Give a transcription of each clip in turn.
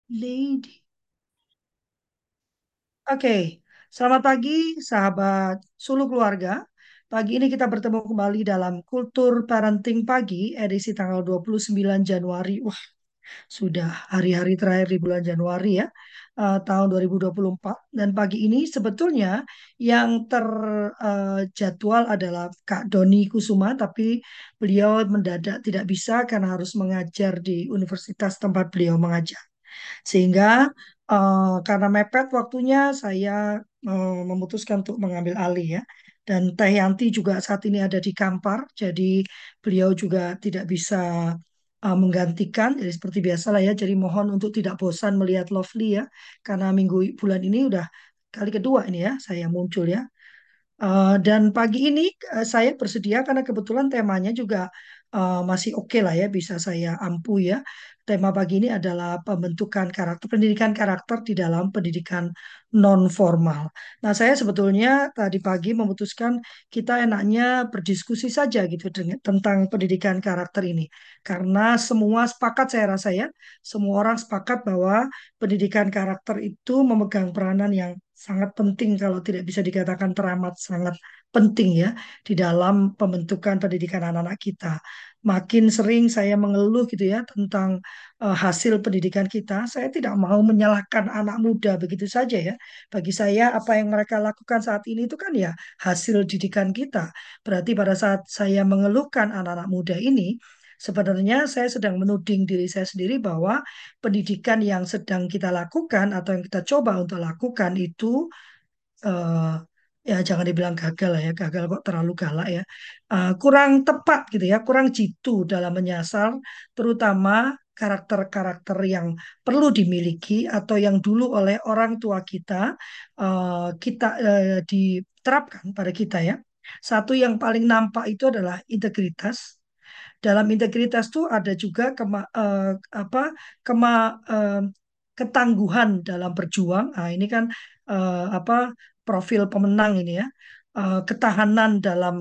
Lady. Oke, selamat pagi sahabat Sulu Keluarga. Pagi ini kita bertemu kembali dalam Kultur Parenting Pagi edisi tanggal 29 Januari. Wah, sudah hari-hari terakhir di bulan Januari ya, tahun 2024. Dan pagi ini sebetulnya yang terjadwal adalah Kak Doni Kusuma, tapi beliau mendadak tidak bisa karena harus mengajar di universitas tempat beliau mengajar. Sehingga karena mepet waktunya, saya memutuskan untuk mengambil alih ya. Dan Teh Yanti juga saat ini ada di Kampar, jadi beliau juga tidak bisa menggantikan. Jadi seperti biasa lah ya. Jadi mohon untuk tidak bosan melihat Lovely ya, karena minggu bulan ini udah kali kedua ini ya saya muncul ya. Dan pagi ini saya bersedia karena kebetulan temanya juga masih oke lah ya, bisa saya ampu ya. Tema pagi ini adalah pembentukan karakter, pendidikan karakter di dalam pendidikan non formal. Nah, saya sebetulnya tadi pagi memutuskan kita enaknya berdiskusi saja gitu tentang pendidikan karakter ini. Karena semua sepakat saya rasa ya, semua orang sepakat bahwa pendidikan karakter itu memegang peranan yang sangat penting, kalau tidak bisa dikatakan teramat sangat penting ya di dalam pembentukan pendidikan anak-anak kita. Makin sering saya mengeluh gitu ya tentang hasil pendidikan kita, saya tidak mau menyalahkan anak muda begitu saja ya. Bagi saya apa yang mereka lakukan saat ini itu kan ya hasil didikan kita. Berarti pada saat saya mengeluhkan anak-anak muda ini, sebenarnya saya sedang menuding diri saya sendiri bahwa pendidikan yang sedang kita lakukan atau yang kita coba untuk lakukan itu eh, ya jangan dibilang gagal lah ya, gagal kok terlalu galak ya. Kurang tepat gitu ya, kurang jitu dalam menyasar terutama karakter-karakter yang perlu dimiliki atau yang dulu oleh orang tua kita diterapkan pada kita ya. Satu yang paling nampak itu adalah integritas. Dalam integritas tuh ada juga apa kema, eh, ketangguhan dalam berjuang. Nah, ini kan apa profil pemenang ini ya. Ketahanan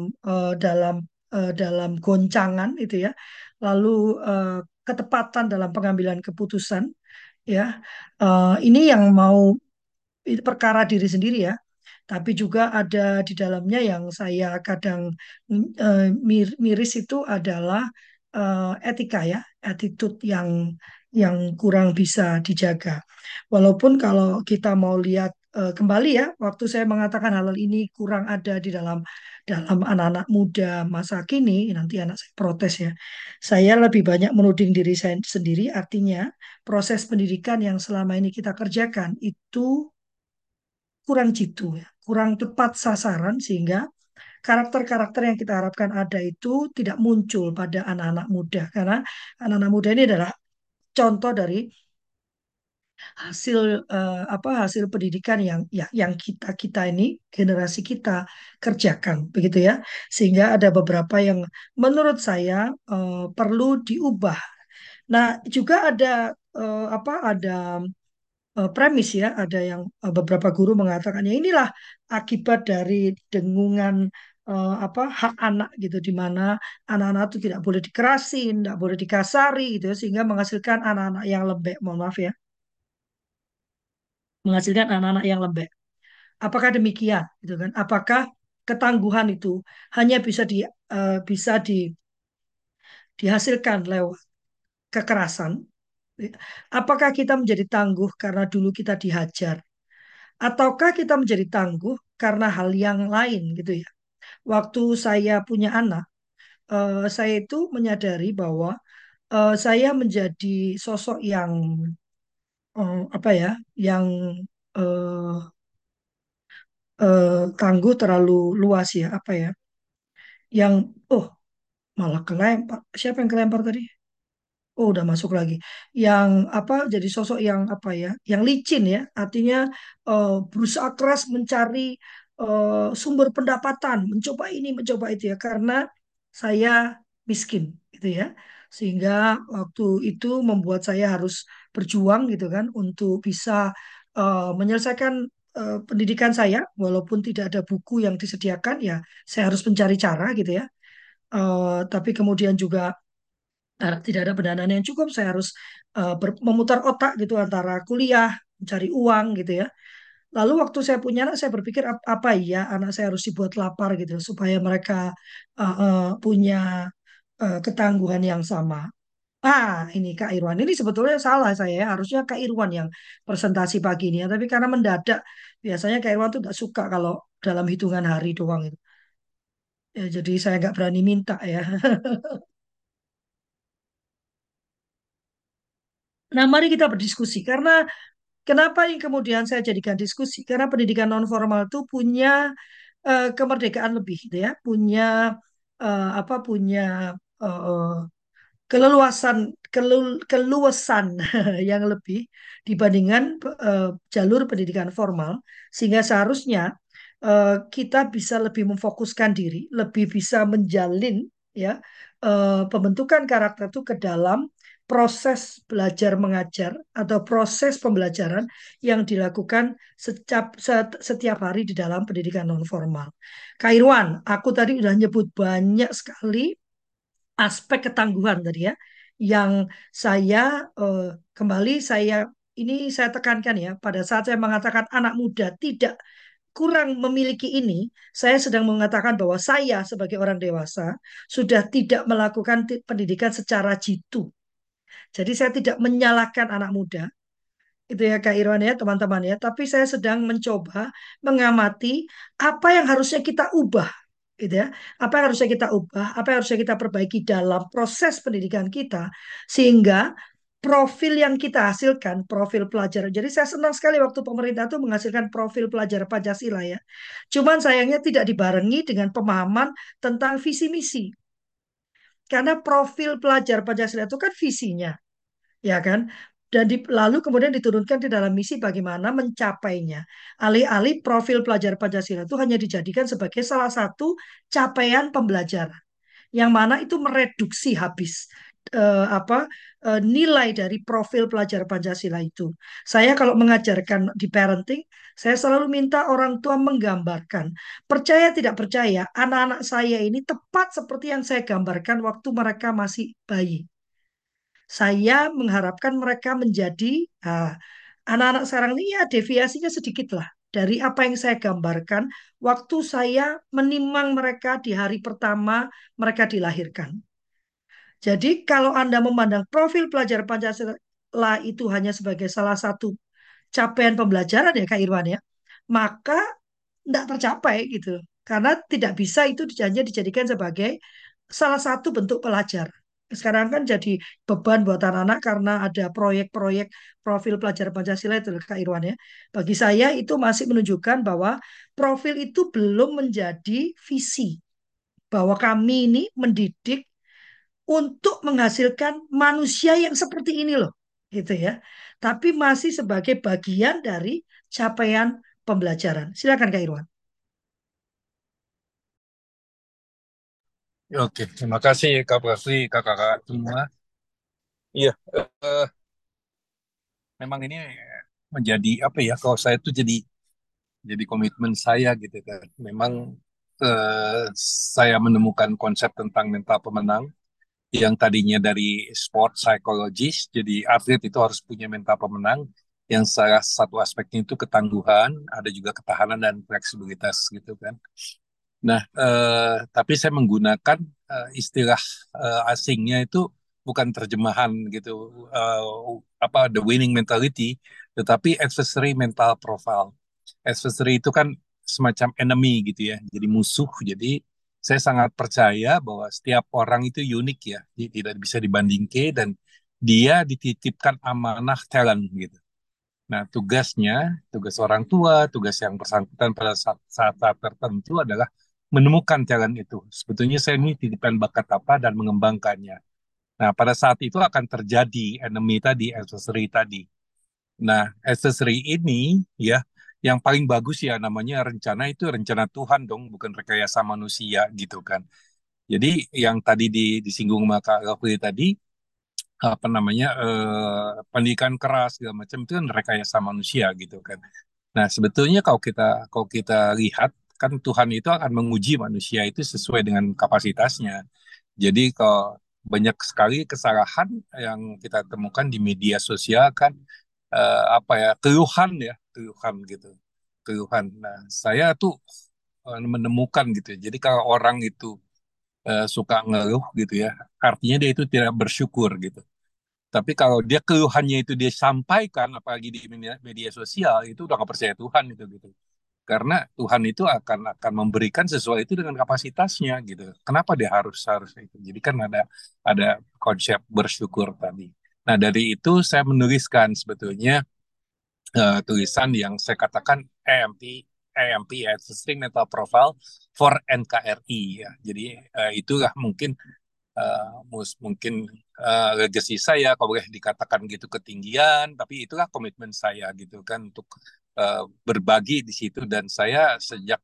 dalam goncangan itu ya. Lalu eh, ketepatan dalam pengambilan keputusan ya. Ini yang mau itu perkara diri sendiri ya, tapi juga ada di dalamnya yang saya kadang miris itu adalah etika ya, attitude yang kurang bisa dijaga. Walaupun kalau kita mau lihat kembali ya, waktu saya mengatakan hal ini kurang ada di dalam dalam anak-anak muda masa kini, nanti anak saya protes ya. Saya lebih banyak menuding diri saya sendiri, artinya proses pendidikan yang selama ini kita kerjakan itu kurang jitu ya, kurang tepat sasaran sehingga karakter-karakter yang kita harapkan ada itu tidak muncul pada anak-anak muda karena anak-anak muda ini adalah contoh dari hasil hasil pendidikan yang kita ini generasi kita kerjakan begitu ya, sehingga ada beberapa yang menurut saya perlu diubah. Nah, juga ada premis ya, ada yang beberapa guru mengatakan ya inilah akibat dari dengungan hak anak gitu, di mana anak-anak itu tidak boleh dikerasin, tidak boleh dikasari gitu ya, sehingga menghasilkan anak-anak yang lembek, mohon maaf ya, menghasilkan anak-anak yang lembek. Apakah demikian gitu kan? Apakah ketangguhan itu hanya dihasilkan lewat kekerasan? Apakah kita menjadi tangguh karena dulu kita dihajar? Ataukah kita menjadi tangguh karena hal yang lain gitu ya? Waktu saya punya anak, saya itu menyadari bahwa saya menjadi sosok yang apa ya, yang eh, tangguh terlalu luas ya, apa ya, yang oh malah kelempar. Siapa yang kelempar tadi? Oh, udah masuk lagi. Yang apa? Jadi sosok yang apa ya? Yang licin ya. Artinya berusaha keras mencari sumber pendapatan, mencoba ini, mencoba itu ya. Karena saya miskin, gitu ya. Sehingga waktu itu membuat saya harus berjuang gitu kan untuk bisa menyelesaikan pendidikan saya, walaupun tidak ada buku yang disediakan ya. Saya harus mencari cara gitu ya. Tapi kemudian juga Karena tidak ada pendanaan yang cukup, saya harus memutar otak gitu antara kuliah, mencari uang gitu ya. Lalu waktu saya punya anak, saya berpikir apa ya anak saya harus dibuat lapar gitu supaya mereka punya ketangguhan yang sama. Ini Kak Irwan. Ini sebetulnya salah saya ya. Harusnya Kak Irwan yang presentasi pagi ini ya. Tapi karena mendadak, biasanya Kak Irwan tuh nggak suka kalau dalam hitungan hari doang itu. Ya, jadi saya nggak berani minta ya. Nah, mari kita berdiskusi. Karena kenapa yang kemudian saya jadikan diskusi? Karena pendidikan non formal itu punya kemerdekaan lebih, gitu ya. Punya punya eh, keleluasan keluasan yang lebih dibandingkan jalur pendidikan formal, sehingga seharusnya kita bisa lebih memfokuskan diri, lebih bisa menjalin ya pembentukan karakter itu ke dalam proses belajar mengajar atau proses pembelajaran yang dilakukan setiap hari di dalam pendidikan non formal. Kak Irwan, aku tadi udah nyebut banyak sekali aspek ketangguhan tadi ya, yang saya eh, kembali saya tekankan ya, pada saat saya mengatakan anak muda tidak kurang memiliki ini, saya sedang mengatakan bahwa saya sebagai orang dewasa sudah tidak melakukan pendidikan secara jitu. Jadi saya tidak menyalahkan anak muda, itu ya Kak Irwan ya teman-teman ya. Tapi saya sedang mencoba mengamati apa yang harusnya kita ubah, gitu ya. Apa yang harusnya kita ubah, apa yang harusnya kita perbaiki dalam proses pendidikan kita, sehingga profil yang kita hasilkan, profil pelajar. Jadi saya senang sekali waktu pemerintah itu menghasilkan profil pelajar Pancasila ya. Cuman sayangnya tidak dibarengi dengan pemahaman tentang visi misi. Karena profil pelajar Pancasila itu kan visinya, ya kan? Dan lalu kemudian diturunkan di dalam misi bagaimana mencapainya. Alih-alih profil pelajar Pancasila itu hanya dijadikan sebagai salah satu capaian pembelajaran, yang mana itu mereduksi habis nilai dari profil pelajar Pancasila itu. Saya kalau mengajarkan di parenting, saya selalu minta orang tua menggambarkan. Percaya tidak percaya, anak-anak saya ini tepat seperti yang saya gambarkan waktu mereka masih bayi. Saya mengharapkan mereka menjadi anak-anak sekarang ini ya deviasinya sedikit lah dari apa yang saya gambarkan waktu saya menimang mereka di hari pertama mereka dilahirkan. Jadi kalau Anda memandang profil pelajar Pancasila itu hanya sebagai salah satu capaian pembelajaran ya Kak Irwan ya, maka tidak tercapai gitu. Karena tidak bisa itu hanya dijadikan sebagai salah satu bentuk pelajar. Sekarang kan jadi beban buat anak-anak karena ada proyek-proyek profil pelajar Pancasila itu Kak Irwan ya. Bagi saya itu masih menunjukkan bahwa profil itu belum menjadi visi. Bahwa kami ini mendidik untuk menghasilkan manusia yang seperti ini loh. Gitu ya. Tapi masih sebagai bagian dari capaian pembelajaran. Silakan Kak Irwan. Oke, terima kasih Kak Prafli, kakak-kakak semua. Iya, memang ini menjadi apa ya? Kalau saya tuh jadi komitmen saya gitu kan. Memang saya menemukan konsep tentang mental pemenang yang tadinya dari sport psychologist, jadi atlet itu harus punya mental pemenang. Yang salah satu aspeknya itu ketangguhan, ada juga ketahanan dan fleksibilitas gitu kan. Nah, tapi saya menggunakan istilah asingnya itu bukan terjemahan gitu, eh, apa the winning mentality, tetapi adversary mental profile. Adversary itu kan semacam enemy gitu ya, jadi musuh. Jadi saya sangat percaya bahwa setiap orang itu unik ya, tidak bisa dibandingkan dan dia dititipkan amanah talent gitu. Nah, tugas orang tua, tugas yang bersangkutan pada saat-saat tertentu adalah menemukan jalan itu. Sebetulnya saya ini titipan bakat apa dan mengembangkannya. Nah, pada saat itu akan terjadi enemy tadi, adversary tadi. Nah, adversary ini ya, yang paling bagus ya namanya rencana itu rencana Tuhan dong, bukan rekayasa manusia gitu kan. Jadi yang tadi disinggung sama Kak Rafli tadi, apa namanya pendidikan keras segala macam itu kan rekayasa manusia gitu kan. Nah, sebetulnya kalau kita lihat kan Tuhan itu akan menguji manusia itu sesuai dengan kapasitasnya. Jadi kalau banyak sekali kesalahan yang kita temukan di media sosial kan, apa ya, keluhan ya, keluhan gitu, keluhan. Nah, saya tuh menemukan gitu ya. Jadi kalau orang itu suka ngeluh gitu ya, artinya dia itu tidak bersyukur gitu. Tapi kalau dia keluhannya itu dia sampaikan, apalagi di media sosial, itu udah nggak percaya Tuhan itu gitu. Karena Tuhan itu akan memberikan sesuai itu dengan kapasitasnya gitu. Kenapa dia harus harus itu? Jadi kan ada konsep bersyukur tadi. Nah dari itu saya menuliskan sebetulnya tulisan yang saya katakan EMP ya, Existing Mental Profile for NKRI ya. Jadi itulah mungkin mungkin legacy saya kalau boleh dikatakan gitu ketinggian, tapi itulah komitmen saya gitu kan untuk berbagi di situ. Dan saya sejak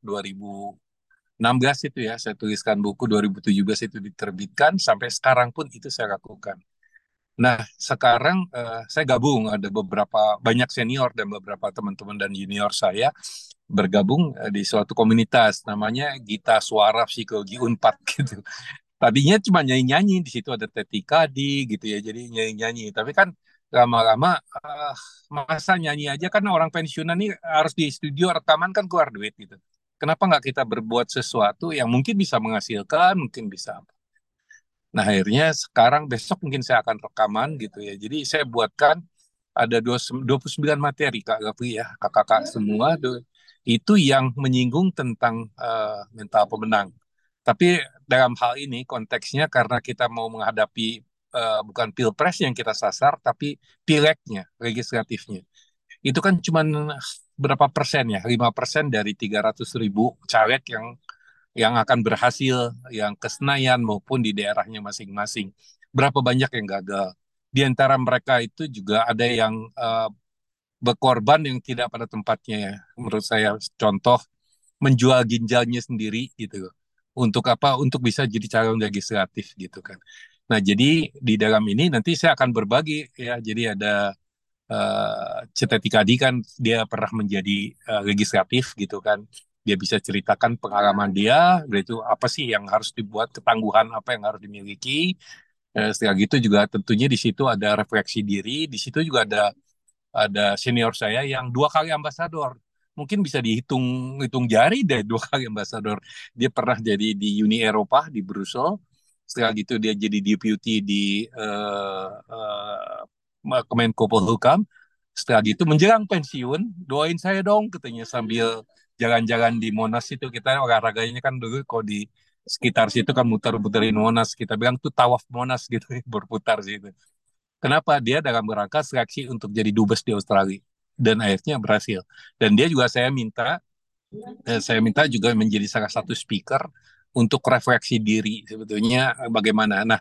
2016 itu ya saya tuliskan buku, 2017 itu diterbitkan, sampai sekarang pun itu saya lakukan. Nah, sekarang saya gabung, ada beberapa banyak senior dan beberapa teman-teman dan junior saya bergabung di suatu komunitas namanya Gita Suara Psikologi Unpad gitu. Tadinya cuma nyanyi-nyanyi, di situ ada Tetika di gitu ya, jadi nyanyi-nyanyi. Tapi kan lama-lama masa nyanyi aja kan, orang pensiunan nih harus di studio rekaman kan keluar duit gitu. Kenapa nggak kita berbuat sesuatu yang mungkin bisa menghasilkan, mungkin bisa. Nah akhirnya sekarang besok mungkin saya akan rekaman gitu ya. Jadi saya buatkan ada 29 materi Kak Gafri ya, kakak-kakak semua itu yang menyinggung tentang mental pemenang. Tapi dalam hal ini konteksnya karena kita mau menghadapi bukan pilpres yang kita sasar, tapi pilegnya, legislatifnya. Itu kan cuma berapa persen ya? 5% dari 300.000 caleg yang akan berhasil, yang ke Senayan maupun di daerahnya masing-masing. Berapa banyak yang gagal? Di antara mereka itu juga ada yang berkorban yang tidak pada tempatnya ya. Menurut saya, contoh menjual ginjalnya sendiri gitu. Untuk apa? Untuk bisa jadi calon legislatif gitu kan. Nah, jadi di dalam ini nanti saya akan berbagi ya. Jadi ada Cita Tikadi kan dia pernah menjadi legislatif gitu kan. Dia bisa ceritakan pengalaman dia, itu apa sih yang harus dibuat, ketangguhan apa yang harus dimiliki. Setelah gitu juga tentunya di situ ada refleksi diri, di situ juga ada senior saya yang 2 kali ambasador. Mungkin bisa dihitung hitung jari deh 2 kali ambasador. Dia pernah jadi di Uni Eropa di Brussels. Setelah gitu dia jadi deputy di Kemenko Polhukam. Setelah gitu menjelang pensiun, doain saya dong katanya sambil jalan-jalan di Monas itu. Kita olahraganya kan dulu kalau di sekitar situ kan muter-muterin Monas. Kita bilang tuh tawaf Monas gitu, berputar situ. Kenapa? Dia dalam rangka seleksi untuk jadi dubes di Australia. Dan akhirnya berhasil. Dan dia juga saya minta juga menjadi salah satu speaker untuk refleksi diri sebetulnya bagaimana. Nah,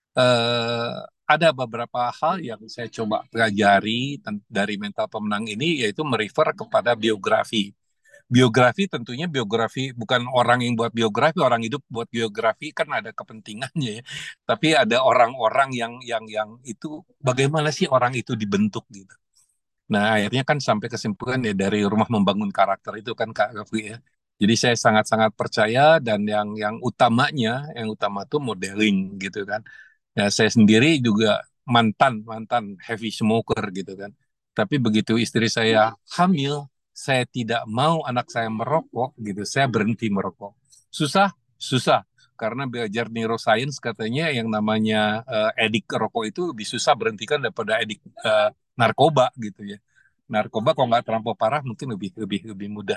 eh, ada beberapa hal yang saya coba pelajari dari mental pemenang ini, yaitu merefer kepada biografi. Biografi tentunya biografi bukan orang yang buat biografi, orang hidup buat biografi kan ada kepentingannya ya. Tapi ada orang-orang yang itu bagaimana sih orang itu dibentuk gitu. Nah, akhirnya kan sampai kesimpulan ya dari rumah membangun karakter itu kan Kak Gafri ya. Jadi saya sangat-sangat percaya, dan yang utamanya, yang utama tuh modeling gitu kan. Ya, saya sendiri juga mantan mantan heavy smoker gitu kan. Tapi begitu istri saya hamil, saya tidak mau anak saya merokok gitu. Saya berhenti merokok. Susah, susah. Karena belajar neuroscience katanya yang namanya edik rokok itu lebih susah berhentikan daripada edik narkoba gitu ya. Narkoba kalau nggak terlampau parah mungkin lebih lebih lebih mudah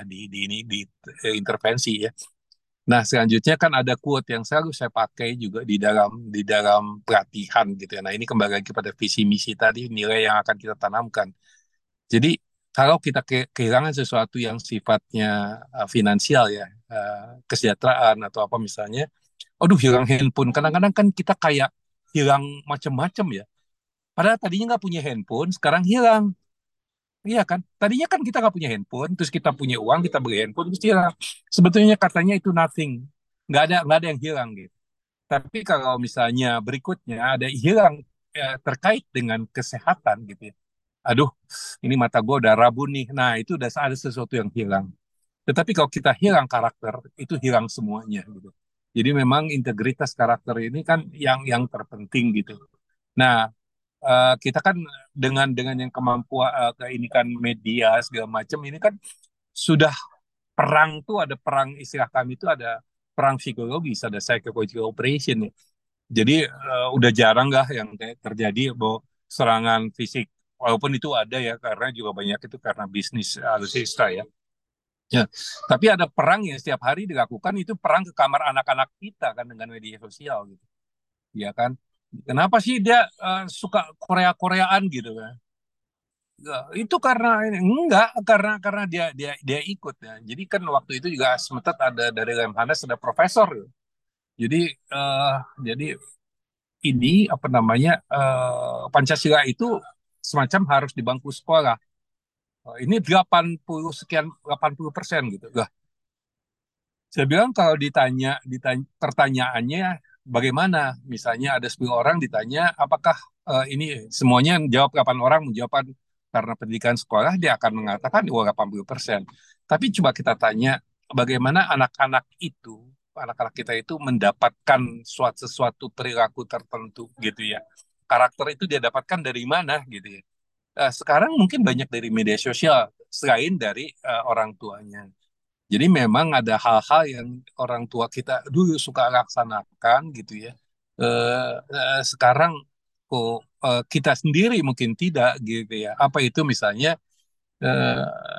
di intervensi ya. Nah, selanjutnya kan ada quote yang selalu saya pakai juga di dalam pelatihan gitu ya. Nah, ini kembali lagi pada visi misi tadi, nilai yang akan kita tanamkan. Jadi, kalau kita kehilangan sesuatu yang sifatnya finansial ya, kesejahteraan atau apa misalnya, aduh hilang handphone. Kadang-kadang kan kita kayak hilang macam-macam ya. Padahal tadinya nggak punya handphone, sekarang hilang. Iya kan? Tadinya kan kita nggak punya handphone, terus kita punya uang, kita beli handphone, terus hilang. Sebetulnya katanya itu nothing, nggak ada yang hilang gitu. Tapi kalau misalnya berikutnya ada hilang terkait dengan kesehatan gitu ya. Aduh, ini mata gue udah rabun nih. Nah, itu udah ada sesuatu yang hilang. Tetapi kalau kita hilang karakter, itu hilang semuanya gitu. Jadi memang integritas karakter ini kan yang terpenting gitu. Nah, kita kan dengan yang kemampuan ini kan media segala macam ini kan sudah perang tuh ada perang istilah kami itu ada perang psikologis, ada psychological operation ya. Jadi udah jarang lah yang kayak terjadi bahwa serangan fisik. Walaupun itu ada ya karena juga banyak itu karena bisnis alutsista ya. Ya, tapi ada perang yang setiap hari dilakukan itu perang ke kamar anak-anak kita kan dengan media sosial gitu. Ya kan? Kenapa sih dia suka Korea-Koreaan gitu kan? Ya, itu karena ini enggak karena dia ikut ya. Jadi kan waktu itu juga sempat ada dari Lemhanas ada profesor ya. Jadi eh, jadi ini apa namanya Pancasila itu semacam harus di bangku sekolah. Ini 80 sekian 80% gitu. Saya bilang kalau ditanya pertanyaannya bagaimana? Misalnya ada 10 orang ditanya apakah ini semuanya jawab 8 orang menjawab karena pendidikan sekolah dia akan mengatakan wah 80%. Tapi coba kita tanya bagaimana anak-anak kita itu mendapatkan sesuatu perilaku tertentu gitu ya. Karakter itu dia dapatkan dari mana gitu ya. Sekarang mungkin banyak dari media sosial selain dari orang tuanya. Jadi memang ada hal-hal yang orang tua kita dulu suka laksanakan gitu ya. Sekarang kok kita sendiri mungkin tidak gitu ya. Apa itu misalnya eh,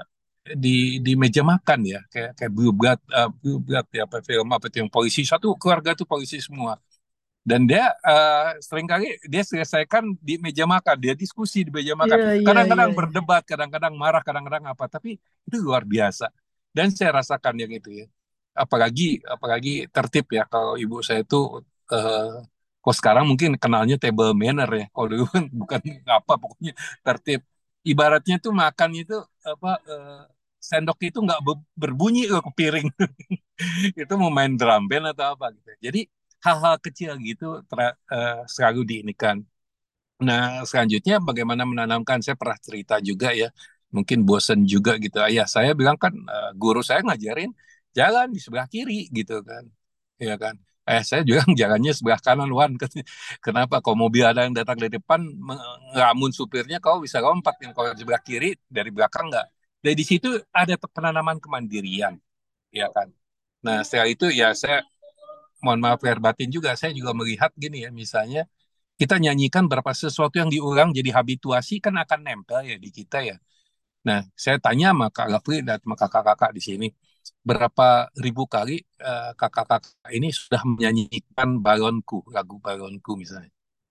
di meja makan ya, kayak kayak Blue Blood ya apa film apa itu yang polisi satu keluarga tuh polisi semua. Dan dia seringkali dia selesaikan di meja makan, dia diskusi di meja makan. Iya, iya, iya, Kadang-kadang iya. berdebat, kadang-kadang marah, kadang-kadang apa. Tapi itu luar biasa. Dan saya rasakan yang itu ya. Apalagi apalagi tertib ya. Kalau ibu saya itu eh, kok sekarang mungkin kenalnya table manner ya. Kalau dulu kan bukan apa pokoknya tertib. Ibaratnya tuh makan itu apa sendok itu nggak berbunyi loh ke piring. Itu mau main drum band atau apa gitu. Jadi hal-hal kecil gitu selalu diinikan. Nah, selanjutnya bagaimana menanamkan? Saya pernah cerita juga ya, mungkin bosen juga gitu. Ayah saya bilang kan, guru saya ngajarin jalan di sebelah kiri gitu kan, ya kan. Saya juga jalannya sebelah kanan, Wan. Kenapa? Kalau mobil ada yang datang dari depan, ngelamun supirnya, kau bisa lompat. Yang kalau di sebelah kiri, dari belakang nggak. Dari di situ ada penanaman kemandirian, ya kan. Nah, setelah itu ya saya mohon maaf lahir batin juga, saya juga melihat gini ya, misalnya kita nyanyikan berapa sesuatu yang diulang jadi habituasi kan akan nempel ya di kita ya. Nah, saya tanya sama Kak Gafri dan sama kakak-kakak di sini, berapa ribu kali kakak-kakak ini sudah menyanyikan balonku, lagu balonku misalnya.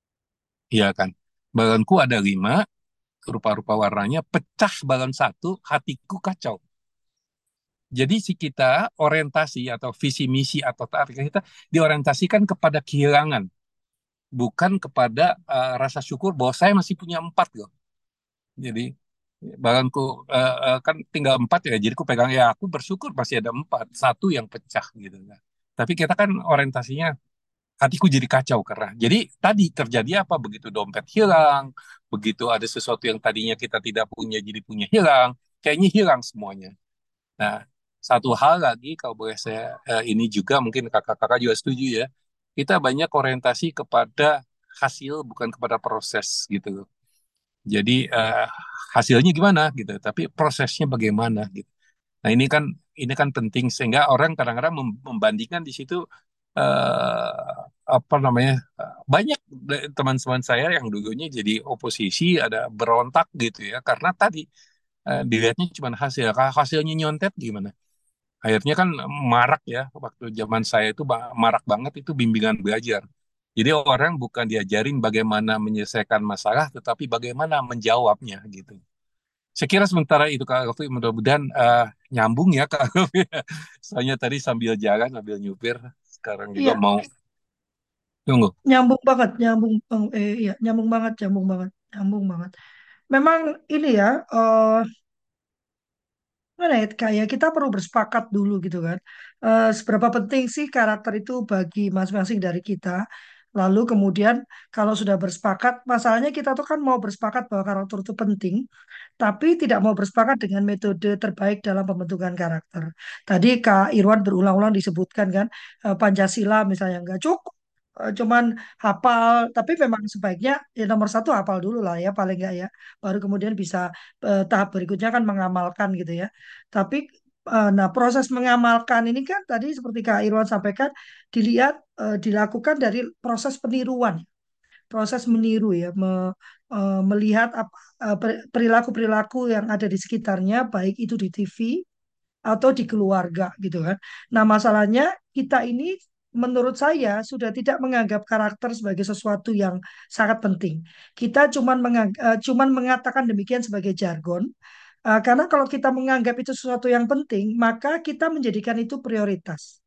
Iya kan? Balonku ada 5, rupa-rupa warnanya, pecah balon satu, hatiku kacau. Jadi si kita orientasi atau visi misi atau target kita diorientasikan kepada kehilangan, bukan kepada rasa syukur bahwa saya masih punya 4 loh. Jadi baganku kan tinggal 4 ya, jadi aku pegang ya aku bersyukur masih ada 4, satu yang pecah gitu kan. Tapi kita kan orientasinya hatiku jadi kacau karena jadi tadi terjadi apa begitu dompet hilang, begitu ada sesuatu yang tadinya kita tidak punya jadi punya hilang, kayaknya hilang semuanya. Nah, satu hal lagi kalau boleh saya ini juga mungkin kakak-kakak juga setuju ya. Kita banyak orientasi kepada hasil bukan kepada proses gitu loh. Jadi hasilnya gimana gitu, tapi prosesnya bagaimana gitu. Nah, ini kan penting sehingga orang kadang-kadang membandingkan di situ apa namanya banyak teman-teman saya yang dulunya jadi oposisi ada berontak gitu ya karena tadi dilihatnya cuma hasil. Kalau hasilnya nyontet gimana? Akhirnya kan marak ya, waktu zaman saya itu marak banget itu bimbingan belajar. Jadi orang bukan diajarin bagaimana menyelesaikan masalah, tetapi bagaimana menjawabnya gitu. Saya kira sementara itu Kak Alfi, mudah-mudahan nyambung ya Kak Alfi. Soalnya tadi sambil jalan, sambil nyupir, sekarang juga Iya, mau tunggu. nyambung banget, nyambung, iya, nyambung banget, nyambung banget, nyambung banget. Memang ini ya, mana ya, kayak kita perlu bersepakat dulu gitu kan. Seberapa penting sih karakter itu bagi masing-masing dari kita. Lalu kemudian kalau sudah bersepakat, masalahnya kita tuh kan mau bersepakat bahwa karakter itu penting, tapi tidak mau bersepakat dengan metode terbaik dalam pembentukan karakter. Tadi Kak Irwan berulang-ulang disebutkan kan, Pancasila misalnya nggak cukup. Cuman hafal, tapi memang sebaiknya ya nomor satu hafal dulu lah ya paling nggak ya, baru kemudian bisa tahap berikutnya kan mengamalkan gitu ya. Tapi nah proses mengamalkan ini kan tadi seperti Kak Irwan sampaikan dilihat dilakukan dari proses peniruan, proses meniru ya, melihat apa perilaku-perilaku yang ada di sekitarnya, baik itu di TV atau di keluarga gitu kan. Nah, masalahnya kita ini menurut saya sudah tidak menganggap karakter sebagai sesuatu yang sangat penting. Kita cuman mengatakan demikian sebagai jargon. Karena kalau kita menganggap itu sesuatu yang penting, maka kita menjadikan itu prioritas.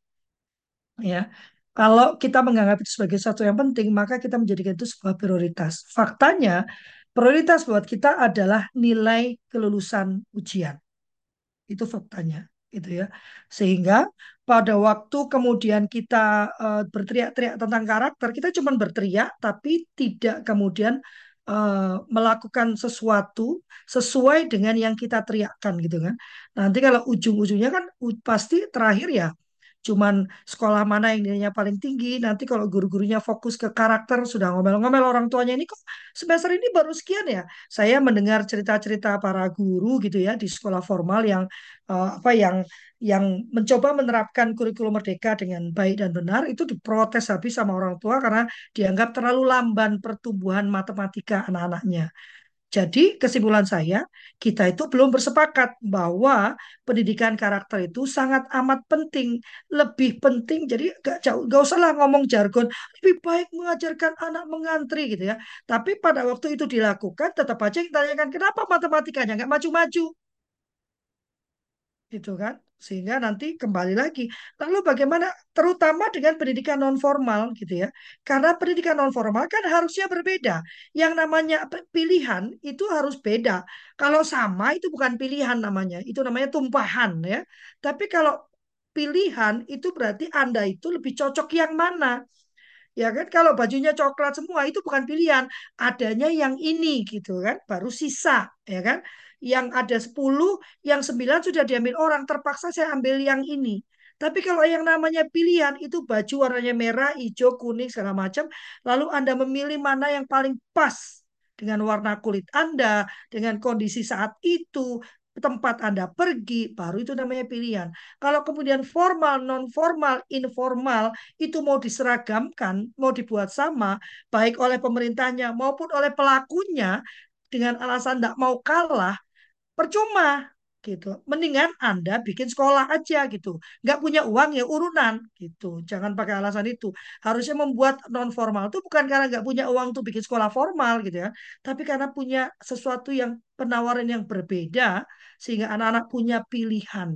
Ya, kalau kita menganggap itu sebagai sesuatu yang penting, maka kita menjadikan itu sebuah prioritas. Faktanya, prioritas buat kita adalah nilai kelulusan ujian. Itu faktanya, gitu ya. Sehingga pada waktu kemudian kita berteriak-teriak tentang karakter, kita cuma berteriak, tapi tidak kemudian melakukan sesuatu sesuai dengan yang kita teriakkan, gitu kan. Nanti kalau ujung-ujungnya kan pasti terakhir ya cuman sekolah mana yang nilainya paling tinggi. Nanti kalau guru-gurunya fokus ke karakter, sudah ngomel-ngomel orang tuanya ini kok semester ini baru sekian ya. Saya mendengar cerita-cerita para guru gitu ya di sekolah formal yang apa yang mencoba menerapkan kurikulum merdeka dengan baik dan benar itu diprotes habis sama orang tua karena dianggap terlalu lamban pertumbuhan matematika anak-anaknya. Jadi kesimpulan saya, kita itu belum bersepakat bahwa pendidikan karakter itu sangat amat penting, lebih penting. Jadi gak usah lah ngomong jargon, lebih baik mengajarkan anak mengantri gitu ya. Tapi pada waktu itu dilakukan, tetap aja kita tanyakan kenapa matematikanya nggak maju-maju gitu kan, sehingga nanti kembali lagi lalu bagaimana terutama dengan pendidikan non formal gitu ya, karena pendidikan non formal kan harusnya berbeda, yang namanya pilihan itu harus beda, kalau sama itu bukan pilihan namanya, itu namanya tumpahan ya, tapi kalau pilihan itu berarti Anda itu lebih cocok yang mana. Ya kan, kalau bajunya coklat semua itu bukan pilihan, adanya yang ini gitu kan, baru sisa ya kan. Yang ada 10, yang 9 sudah diambil orang, terpaksa saya ambil yang ini. Tapi kalau yang namanya pilihan itu baju warnanya merah, hijau, kuning segala macam, lalu Anda memilih mana yang paling pas dengan warna kulit Anda, dengan kondisi saat itu, tempat Anda pergi, baru itu namanya pilihan. Kalau kemudian formal, non formal, informal itu mau diseragamkan, mau dibuat sama, baik oleh pemerintahnya maupun oleh pelakunya dengan alasan tidak mau kalah, percuma gitu. Mendingan Anda bikin sekolah aja gitu. Nggak punya uang ya urunan gitu. Jangan pakai alasan itu. Harusnya membuat non formal itu bukan karena nggak punya uang tuh bikin sekolah formal gitu ya, tapi karena punya sesuatu yang penawaran yang berbeda sehingga anak-anak punya pilihan,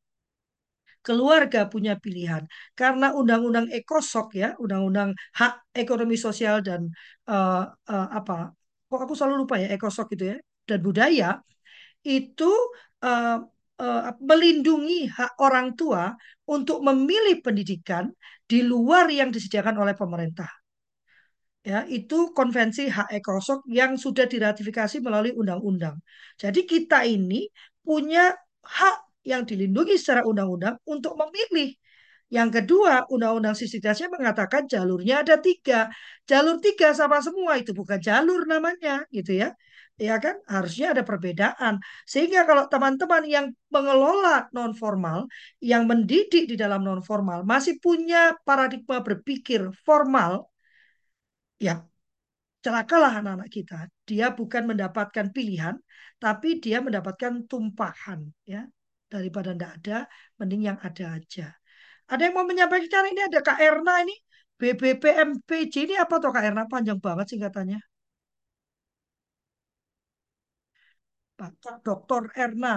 keluarga punya pilihan. Karena undang-undang ekosok ya, undang-undang hak ekonomi sosial dan eh, apa? Kok aku selalu lupa ya ekosok itu ya, dan budaya itu eh, melindungi hak orang tua untuk memilih pendidikan di luar yang disediakan oleh pemerintah. Ya, itu konvensi hak ekosok yang sudah diratifikasi melalui undang-undang. Jadi kita ini punya hak yang dilindungi secara undang-undang untuk memilih. Yang kedua, undang-undang sisdiknasnya mengatakan jalurnya ada tiga. Jalur tiga sama semua itu bukan jalur namanya, gitu ya. Ya kan, harusnya ada perbedaan. Sehingga kalau teman-teman yang mengelola non formal, yang mendidik di dalam non formal masih punya paradigma berpikir formal, ya celakalah anak-anak kita. Dia bukan mendapatkan pilihan, tapi dia mendapatkan tumpahan, ya. Daripada tidak ada, mending yang ada aja. Ada yang mau menyampaikan ini ada Kak Erna ini BBPMPJ ini apa tuh Kak Erna? Panjang banget singkatannya. Pak Dokter Erna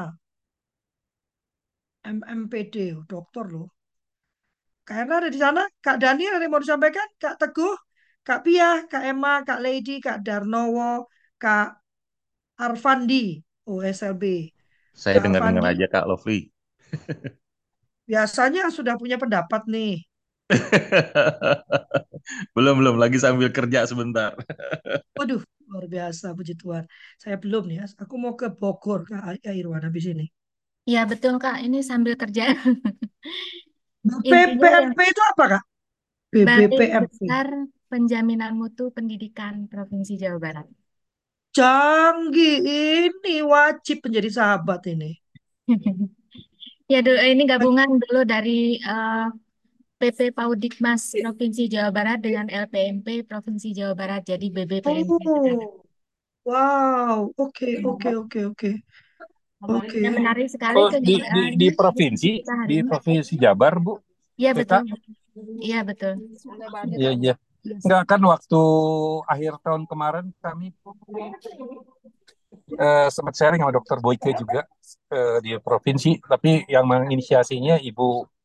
MMPD, dokter loh. Kak Erna ada di sana? Kak Daniel ada yang mau disampaikan? Kak Teguh, Kak Pia, Kak Emma, Kak Lady, Kak Darnowo, Kak Arfandi, OSLB. Saya Kak dengar-dengar Arfandi aja Kak Lovely. biasanya sudah punya pendapat nih. Belum, belum. Lagi sambil kerja sebentar. Waduh, luar biasa, puji Tuhan. Saya belum nih, ya. Aku mau ke Bogor, Kak Irwan, habis ini. Ya betul Kak, ini sambil kerja. Intinya yang BPMP itu apa, Kak? Balai BBPMP. Besar Penjaminan Mutu Pendidikan Provinsi Jawa Barat. Canggih, ini wajib menjadi sahabat ini. Ya dulu ini gabungan dulu dari eh, PP Paudikmas Provinsi Jawa Barat dengan LPMP Provinsi Jawa Barat jadi BBPMP sekarang. Oh, wow. Oke, oke, oke, oke. Dan Oke. menarik sekali Oh, di kegiatannya provinsi, diskusi kita hari di ini. provinsi Jabar, Bu, Iya PK. betul, iya betul. Iya, iya. Enggak kan waktu akhir tahun kemarin kami sempat sharing sama Dokter Boyke juga di provinsi, tapi yang menginisiasinya Ibu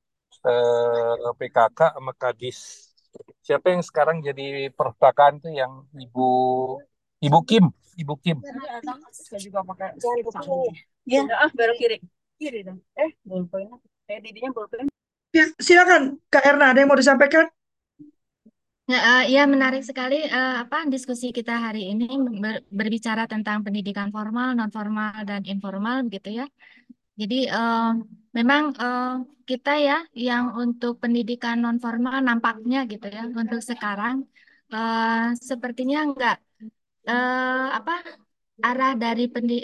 PKK sama Kadis. Siapa yang sekarang jadi perpustakaan tuh yang Ibu Kim, Ibu Kim. Saya juga pakai. Iya, belok kiri. Kiri dong. Bolpoinnya. Didinya bolpoin. Ya, silakan, Kak Erna, ada yang mau disampaikan? Ya, ya menarik sekali apa diskusi kita hari ini berbicara tentang pendidikan formal, non formal dan informal begitu ya. Jadi memang kita ya yang untuk pendidikan non formal nampaknya gitu ya untuk sekarang eh, sepertinya enggak apa arah dari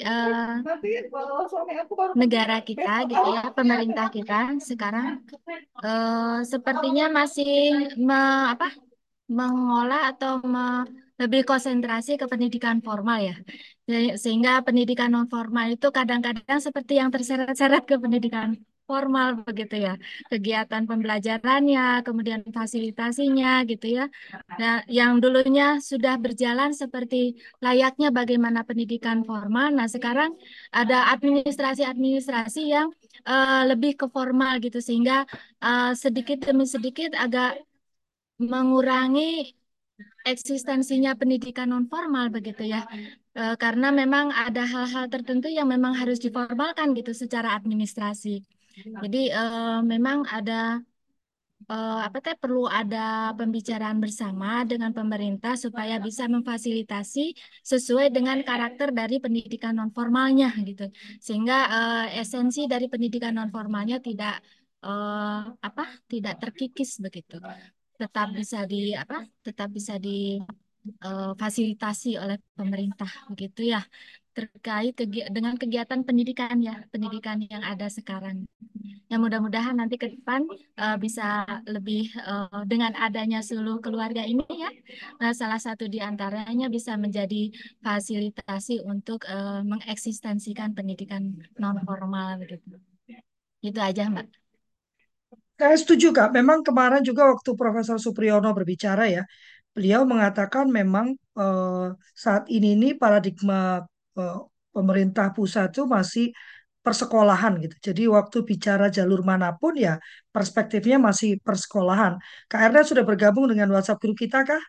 negara kita gitu ya pemerintah kita sekarang sepertinya masih apa mengolah atau lebih konsentrasi ke pendidikan formal ya. Sehingga pendidikan non formal itu kadang-kadang seperti yang terseret-seret ke pendidikan formal begitu ya. Kegiatan pembelajarannya, kemudian fasilitasinya gitu ya. Nah, yang dulunya sudah berjalan seperti layaknya bagaimana pendidikan formal. Nah, sekarang ada administrasi-administrasi yang lebih ke formal gitu sehingga sedikit demi sedikit agak mengurangi eksistensinya pendidikan non formal begitu ya. Karena memang ada hal-hal tertentu yang memang harus diformalkan gitu secara administrasi. Jadi memang ada apa teh perlu ada pembicaraan bersama dengan pemerintah supaya bisa memfasilitasi sesuai dengan karakter dari pendidikan non formalnya gitu. Sehingga esensi dari pendidikan non formalnya tidak apa tidak terkikis begitu. Tetap bisa di apa? Tetap bisa difasilitasi oleh pemerintah begitu ya terkait dengan kegiatan pendidikan ya pendidikan yang ada sekarang. Yang mudah-mudahan nanti ke depan bisa lebih dengan adanya seluruh keluarga ini ya, salah satu di antaranya bisa menjadi fasilitasi untuk mengeksistensikan pendidikan non formal begitu. Itu aja, Mbak. Saya setuju, Kak. Memang kemarin juga waktu Profesor Supriyono berbicara ya, beliau mengatakan memang eh, saat ini nih paradigma eh, pemerintah pusat itu masih persekolahan gitu. Jadi waktu bicara jalur manapun ya perspektifnya masih persekolahan. Kak Erna sudah bergabung dengan WhatsApp group kita, Kak?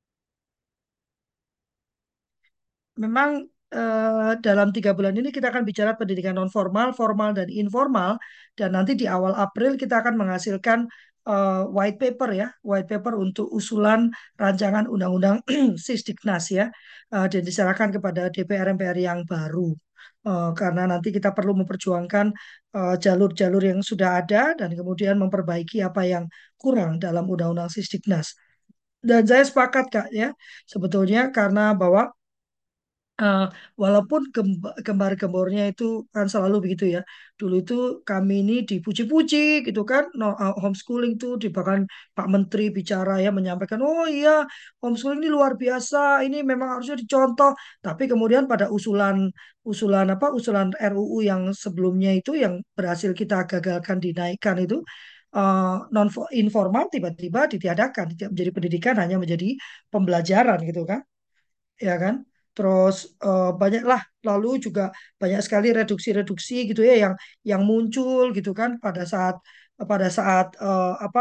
Memang dalam 3 bulan ini kita akan bicara pendidikan non formal, formal dan informal, dan nanti di awal April kita akan menghasilkan white paper ya, white paper untuk usulan rancangan undang-undang Sisdiknas ya, dan diserahkan kepada DPR MPR yang baru. Karena nanti kita perlu memperjuangkan jalur-jalur yang sudah ada dan kemudian memperbaiki apa yang kurang dalam undang-undang Sisdiknas. Dan saya sepakat Kak ya, sebetulnya karena bahwa Eh, walaupun gembar-gembornya itu kan selalu begitu ya. Dulu itu kami ini dipuji-puji gitu kan. No, homeschooling tuh di bahkan Pak Menteri bicara ya menyampaikan, oh iya homeschooling ini luar biasa. Ini memang harusnya dicontoh. Tapi kemudian pada usulan usulan apa usulan RUU yang sebelumnya itu yang berhasil kita gagalkan dinaikkan itu non informal tiba-tiba ditiadakan. Tidak menjadi pendidikan hanya menjadi pembelajaran gitu kan ya kan. Terus banyaklah lalu juga banyak sekali reduksi-reduksi gitu ya yang muncul gitu kan pada saat apa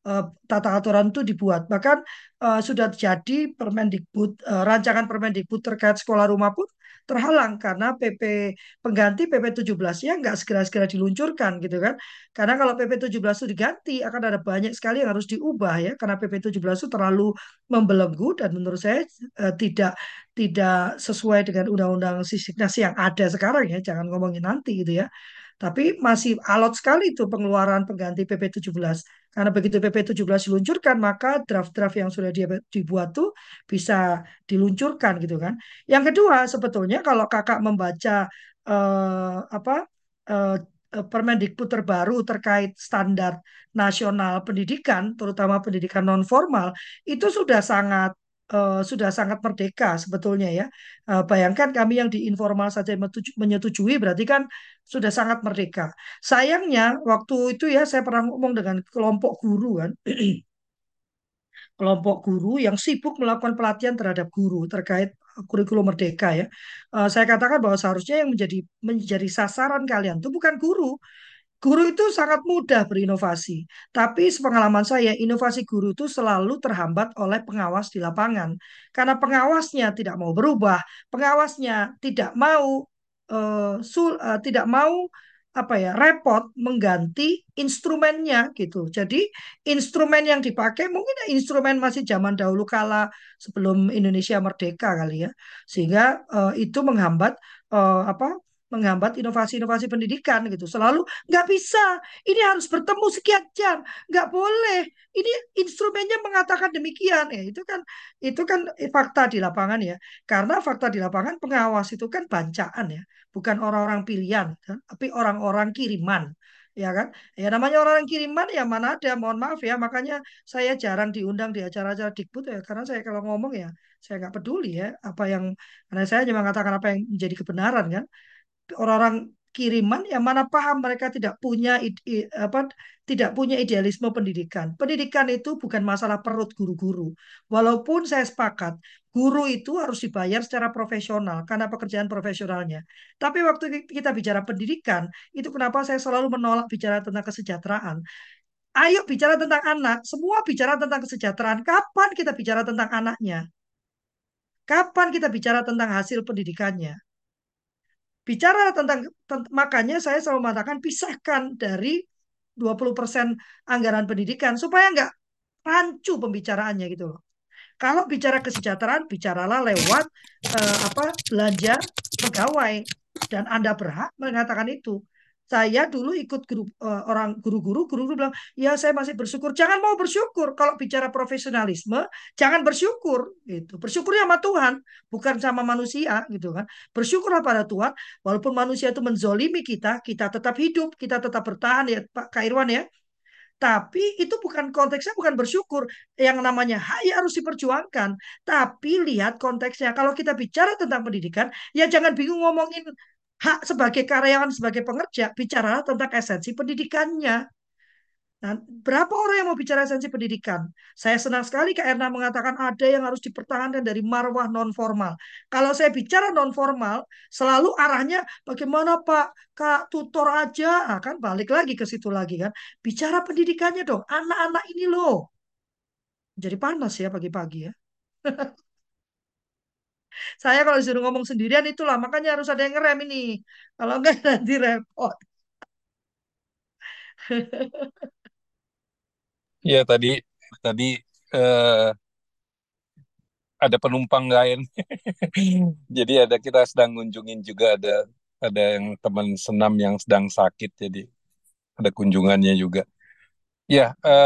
tata aturan itu dibuat. Bahkan sudah jadi rancangan Permendikbud terkait sekolah rumah pun terhalang karena pengganti PP 17-nya nggak segera-segera diluncurkan gitu kan. Karena kalau PP 17 itu diganti akan ada banyak sekali yang harus diubah ya karena PP 17 itu terlalu membelenggu dan menurut saya tidak tidak sesuai dengan undang-undang Sisdiknas yang ada sekarang ya, jangan ngomongin nanti gitu ya. Tapi masih alot sekali itu pengeluaran pengganti PP 17. Karena begitu PP 17 diluncurkan, maka draft-draft yang sudah dibuat tuh bisa diluncurkan gitu kan. Yang kedua, sebetulnya kalau kakak membaca apa eh, Permendikbud terbaru terkait standar nasional pendidikan, terutama pendidikan non formal, itu sudah sangat merdeka sebetulnya ya. Bayangkan kami yang di informal saja menyetujui, berarti kan sudah sangat merdeka. Sayangnya waktu itu ya saya pernah ngomong dengan kelompok guru kan, kelompok guru yang sibuk melakukan pelatihan terhadap guru terkait kurikulum merdeka ya. Saya katakan bahwa seharusnya yang menjadi sasaran kalian itu bukan guru. Guru itu sangat mudah berinovasi, tapi sepengalaman saya, inovasi guru itu selalu terhambat oleh pengawas di lapangan. Karena pengawasnya tidak mau berubah, pengawasnya tidak mau apa ya repot mengganti instrumennya gitu. Jadi instrumen yang dipakai mungkin instrumen masih zaman dahulu kala sebelum Indonesia merdeka kali ya, sehingga itu menghambat inovasi-inovasi pendidikan gitu. Selalu nggak bisa, ini harus bertemu sekian jam, nggak boleh. Ini instrumennya mengatakan demikian ya. Itu kan fakta di lapangan ya. Karena fakta di lapangan pengawas itu kan bancaan ya, bukan orang-orang pilihan, kan? Tapi orang-orang kiriman. Ya kan, ya namanya orang kiriman ya mana ada, mohon maaf ya, makanya saya jarang diundang di acara-acara Dikbud ya, karena saya kalau ngomong ya saya nggak peduli ya apa yang, karena saya hanya mengatakan apa yang menjadi kebenaran kan. Orang-orang kiriman yang mana paham mereka tidak punya idealisme pendidikan. Pendidikan itu bukan masalah perut guru-guru. Walaupun saya sepakat guru itu harus dibayar secara profesional karena pekerjaan profesionalnya. Tapi waktu kita bicara pendidikan, itu kenapa saya selalu menolak bicara tentang kesejahteraan. Ayo bicara tentang anak, semua bicara tentang kesejahteraan. Kapan kita bicara tentang anaknya? Kapan kita bicara tentang hasil pendidikannya? Bicara makanya saya selalu mengatakan pisahkan dari 20% anggaran pendidikan supaya nggak rancu pembicaraannya gitu loh. Kalau bicara kesejahteraan, bicaralah lewat belanja pegawai dan Anda berhak mengatakan itu. Saya dulu ikut grup orang guru-guru bilang, ya saya masih bersyukur. Jangan mau bersyukur kalau bicara profesionalisme, jangan bersyukur gitu. Bersyukurnya sama Tuhan, bukan sama manusia gitu kan. Bersyukurlah pada Tuhan, walaupun manusia itu menzolimi kita, kita tetap hidup, kita tetap bertahan ya Pak Kairwan ya. Tapi itu bukan konteksnya, bukan bersyukur. Yang namanya hak ya harus diperjuangkan. Tapi lihat konteksnya. Kalau kita bicara tentang pendidikan, ya jangan bingung ngomongin hak sebagai karyawan, sebagai pengerja. Bicaralah tentang esensi pendidikannya. Nah, berapa orang yang mau bicara esensi pendidikan? Saya senang sekali Kak Erna mengatakan ada yang harus dipertahankan dari marwah non formal. Kalau saya bicara non formal, selalu arahnya bagaimana Pak, Kak tutor aja, kan balik lagi ke situ lagi kan. Bicara pendidikannya dong, anak-anak ini loh. Jadi panas ya pagi-pagi ya. Saya kalau disuruh ngomong sendirian itulah, makanya harus ada yang ngerem ini. Kalau enggak nanti repot. Ya tadi tadi eh, ada penumpang lain. Jadi kita sedang ngunjungin juga ada yang teman senam yang sedang sakit, jadi ada kunjungannya juga. Ya,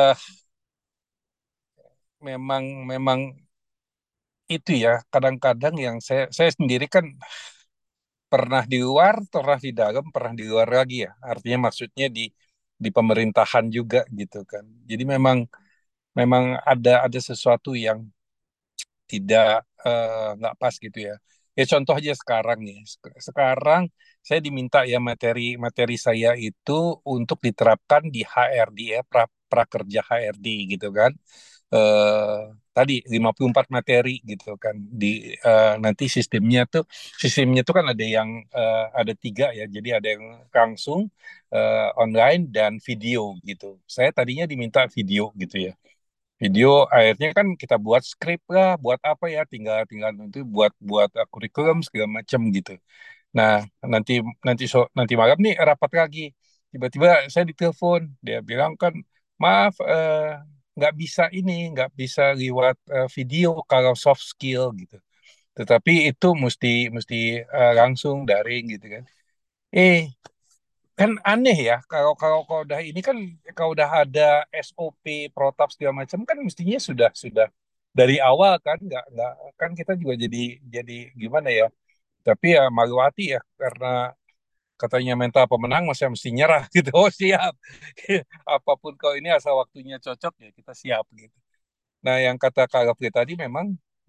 memang memang itu ya kadang-kadang yang saya sendiri kan pernah di luar, pernah di dalam, pernah di luar lagi ya. Artinya maksudnya di pemerintahan juga gitu kan. Jadi memang memang ada sesuatu yang tidak nggak pas gitu ya. Ya contoh aja sekarang nih. Sekarang saya diminta ya materi saya itu untuk diterapkan di HRD ya prakerja HRD gitu kan. eh, tadi 54 materi gitu kan di nanti sistemnya tuh kan ada yang ada tiga ya, jadi ada yang langsung, online dan video gitu. Saya tadinya diminta video gitu ya. Video akhirnya kan kita buat skrip lah, buat apa ya, tinggal tinggal nanti buat buat kurikulum segala macam gitu. Nah, nanti nanti malam nih rapat lagi. Tiba-tiba saya ditelepon, dia bilang kan, maaf, nggak bisa ini, nggak bisa lewat video kalau soft skill gitu. Tetapi itu mesti mesti langsung daring gitu kan. Eh, kan aneh ya, kalau kalau kalau udah ini kan, kalau udah ada SOP, protap segala macam kan mestinya sudah dari awal kan, nggak kan kita juga jadi gimana ya. Tapi ya malu hati ya, karena katanya mental pemenang masa mesti nyerah gitu. Oh siap, apapun kalau ini asal waktunya cocok ya kita siap gitu. Nah yang kata Kak Gafri tadi memang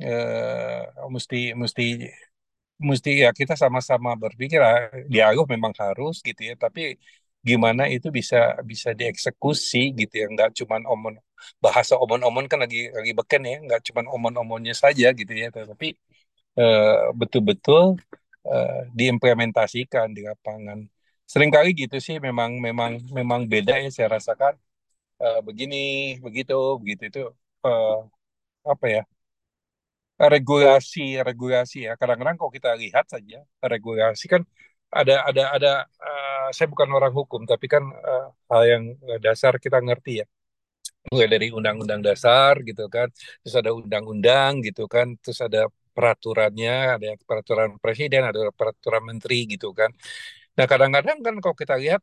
mesti mesti mesti ya kita sama-sama berpikir, dialog memang harus gitu ya, tapi gimana itu bisa bisa dieksekusi gitu ya, nggak cuman omon, bahasa omon-omon kan lagi beken ya, nggak cuman omon-omonnya saja gitu ya, tapi eh, betul-betul diimplementasikan di lapangan. Seringkali gitu sih, memang memang memang beda ya saya rasakan. Begini, begitu, begitu itu, eh, apa ya, regulasi regulasi ya. Kadang-kadang kalau kita lihat saja regulasi kan ada saya bukan orang hukum, tapi kan hal yang dasar kita ngerti ya, mulai dari undang-undang dasar gitu kan, terus ada undang-undang gitu kan, terus ada peraturannya, ada yang peraturan presiden, ada peraturan menteri gitu kan. Nah, kadang-kadang kan kalau kita lihat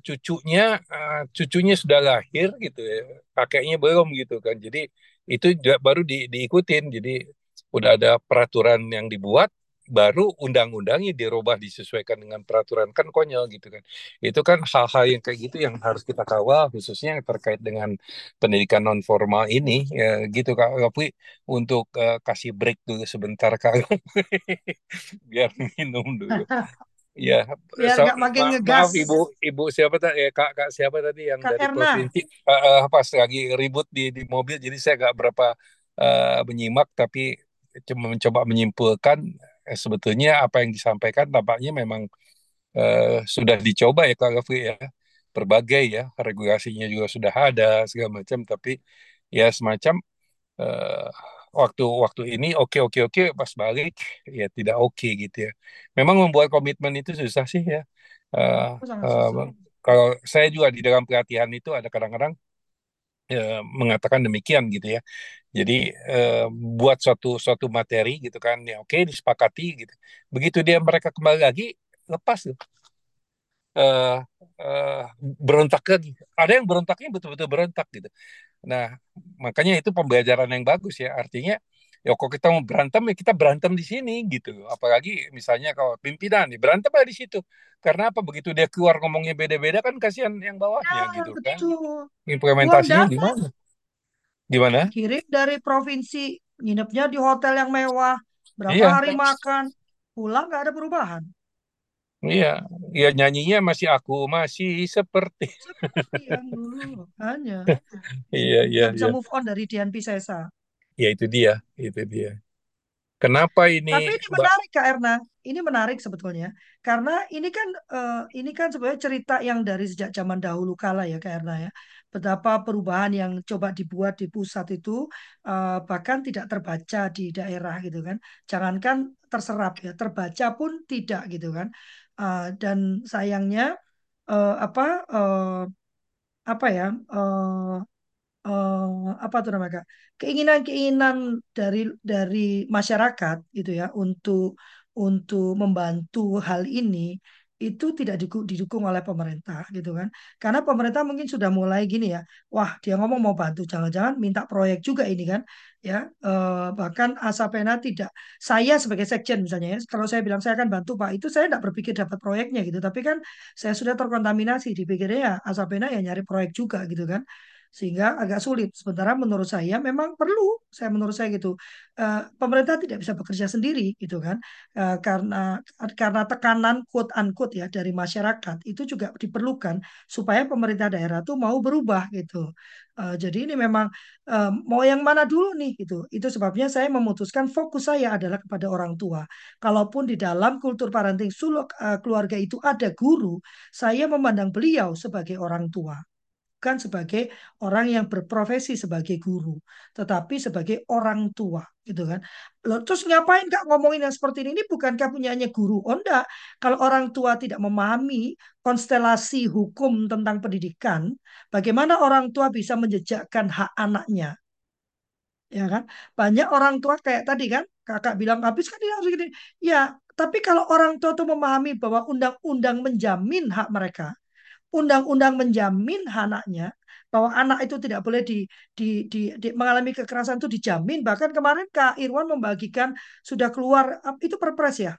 cucunya sudah lahir gitu ya, kakeknya belum gitu kan. Jadi itu juga baru diikutin. Jadi udah ada peraturan yang dibuat, baru undang-undangnya dirubah disesuaikan dengan peraturan, kan konyol gitu kan. Itu kan hal-hal yang kayak gitu yang harus kita kawal, khususnya yang terkait dengan pendidikan non formal ini ya, gitu Kak Gapri. Untuk kasih break dulu sebentar Kak Gapri. Biar minum dulu. Iya, Biar nggak makin maaf ngegas. ibu, ibu siapa tadi, kak siapa tadi yang Kak dari Erna, provinsi, pas lagi ribut di mobil, jadi saya nggak berapa menyimak, tapi cuma mencoba menyimpulkan, sebetulnya apa yang disampaikan tampaknya memang sudah dicoba ya Kak Gafri ya, berbagai ya, regulasinya juga sudah ada segala macam, tapi ya semacam eh, waktu waktu ini oke oke oke, pas balik ya tidak oke gitu ya. Memang membuat komitmen itu susah sih ya. Eh, itu sangat eh, susah. Kalau saya juga di dalam pelatihan itu ada kadang-kadang mengatakan demikian gitu ya. Jadi eh, buat suatu suatu materi gitu kan, ya oke disepakati gitu. Begitu dia mereka kembali lagi, lepas tuh. eh eh, Berontak lagi. Ada yang berontaknya betul-betul berontak gitu. Nah, makanya itu pembelajaran yang bagus ya. Artinya, ya kalau kita mau berantem, ya kita berantem di sini gitu. Apalagi misalnya kalau pimpinan, ya berantem aja di situ. Karena apa? Begitu dia keluar ngomongnya beda-beda kan kasihan yang bawahnya Ya, gitu kan. betul. Uang Implementasinya datang, gimana? Gimana? kirim dari provinsi, nginepnya di hotel yang mewah, berapa Iya, hari makan, pulang nggak ada perubahan. iya. Ya nyanyinya masih aku masih seperti. Seperti yang dulu, hanya Iya, iya, nggak bisa iya. move on dari Dian Piscesa. Ya itu dia, itu dia. Kenapa ini, Tapi ini Mbak? menarik Kak Erna, ini menarik sebetulnya, karena ini kan sebenarnya cerita yang dari sejak zaman dahulu kala ya Kak Erna ya, betapa perubahan yang coba dibuat di pusat itu bahkan tidak terbaca di daerah gitu kan, jangankan terserap ya, terbaca pun tidak gitu kan. Dan sayangnya eh, apa eh, apa ya eh, apa tuh namanya Kak? Keinginan-keinginan dari masyarakat gitu ya untuk membantu hal ini itu tidak didukung oleh pemerintah gitu kan. Karena pemerintah mungkin sudah mulai gini ya. Wah, dia ngomong mau bantu, jangan-jangan minta proyek juga ini kan. Ya, bahkan Asapena tidak, saya sebagai sekjen misalnya ya, kalau saya bilang saya akan bantu Pak, itu saya tidak berpikir dapat proyeknya gitu, tapi kan saya sudah terkontaminasi, dipikirnya ya Asapena ya nyari proyek juga gitu kan. sehingga agak sulit. Sementara menurut saya memang perlu, menurut saya gitu, pemerintah tidak bisa bekerja sendiri gitu kan. Karena tekanan quote unquote ya dari masyarakat itu juga diperlukan supaya pemerintah daerah tuh mau berubah gitu. Jadi ini memang mau yang mana dulu nih gitu. Itu sebabnya saya memutuskan fokus saya adalah kepada orang tua. Kalaupun di dalam kultur parenting suluk keluarga itu ada guru, saya memandang beliau sebagai orang tua, bukan sebagai orang yang berprofesi sebagai guru, tetapi sebagai orang tua, gitu kan. Loh, terus ngapain Kak ngomongin yang seperti ini? Ini bukankah punyanya guru? Oh enggak, kalau orang tua tidak memahami konstelasi hukum tentang pendidikan, bagaimana orang tua bisa menjejakkan hak anaknya? Ya kan? Banyak orang tua kayak tadi kan, kakak bilang habis kan ini harus gini. Ya, tapi kalau orang tua tuh memahami bahwa undang-undang menjamin hak mereka, undang-undang menjamin anaknya, bahwa anak itu tidak boleh mengalami kekerasan itu dijamin. Bahkan kemarin Kak Irwan membagikan sudah keluar itu perpres ya,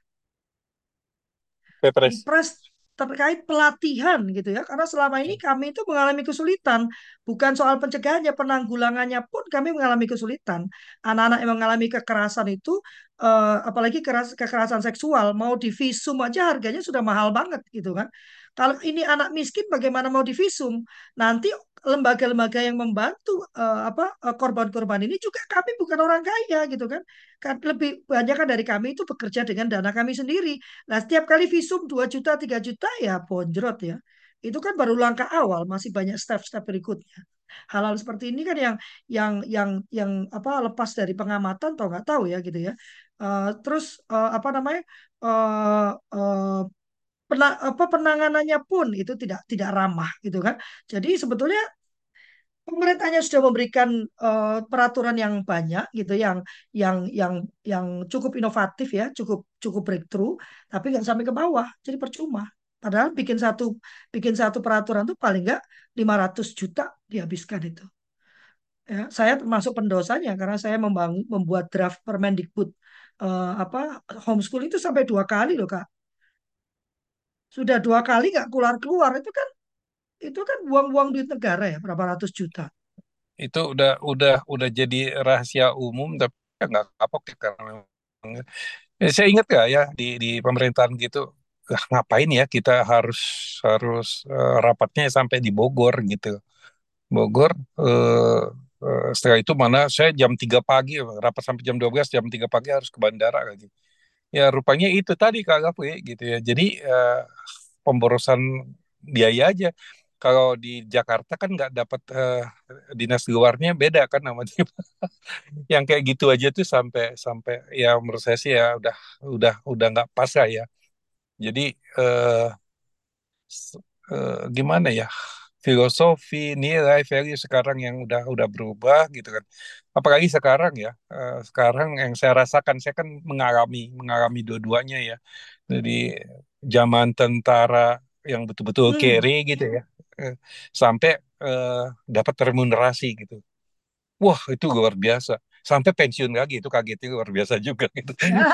Pepres. impres terkait pelatihan gitu ya, karena selama ini kami itu mengalami kesulitan, bukan soal pencegahannya, penanggulangannya pun kami mengalami kesulitan. Anak-anak yang mengalami kekerasan itu apalagi kekerasan seksual, mau divisum aja harganya sudah mahal banget gitu kan. Kalau ini anak miskin bagaimana mau divisum? Nanti lembaga-lembaga yang membantu korban-korban ini juga kami bukan orang kaya gitu kan. Kan lebih banyak kan dari kami itu bekerja dengan dana kami sendiri. Nah, setiap kali visum 2 juta, 3 juta ya bonjrot ya. Itu kan baru langkah awal, masih banyak step-step berikutnya. Hal-hal seperti ini kan yang apa lepas dari pengamatan atau nggak tahu ya gitu ya. Terus apa namanya? eh eh, penanganannya pun itu tidak ramah gitu kan. Jadi sebetulnya pemerintahnya sudah memberikan peraturan yang banyak gitu, yang cukup inovatif ya, cukup cukup breakthrough, tapi nggak sampai ke bawah, jadi percuma. Padahal bikin satu peraturan tuh paling nggak 500 juta dihabiskan itu. Ya, saya termasuk pendosanya karena saya membuat draft Permendikbud apa homeschooling itu sampai 2 kali loh Kak. Sudah 2 kali nggak keluar-keluar, itu kan buang-buang duit negara ya, berapa ratus juta. Itu udah jadi rahasia umum, tapi ya nggak kapok ya, karena memang. Saya ingat gak ya di pemerintahan gitu, ngapain ya kita harus harus rapatnya sampai di Bogor gitu. Bogor, setelah itu mana saya jam 3 pagi, rapat sampai jam 12, jam 3 pagi harus ke bandara lagi. Ya rupanya itu tadi Kak Gafri gitu ya. Jadi pemborosan biaya aja. Kalau di Jakarta kan nggak dapat dinas luarnya, beda kan namanya. Yang kayak gitu aja tuh sampai sampai ya menurut saya sih ya udah nggak pas lah ya. Jadi eh, s- gimana ya, filosofi nilai value sekarang yang udah berubah gitu kan. Apalagi sekarang ya, sekarang yang saya rasakan, saya kan mengalami dua-duanya ya. Jadi zaman tentara yang betul-betul Hmm. carry gitu ya, eh, sampai eh, dapat remunerasi gitu. Wah, itu luar biasa. Sampai pensiun lagi, itu kagetnya luar biasa juga gitu.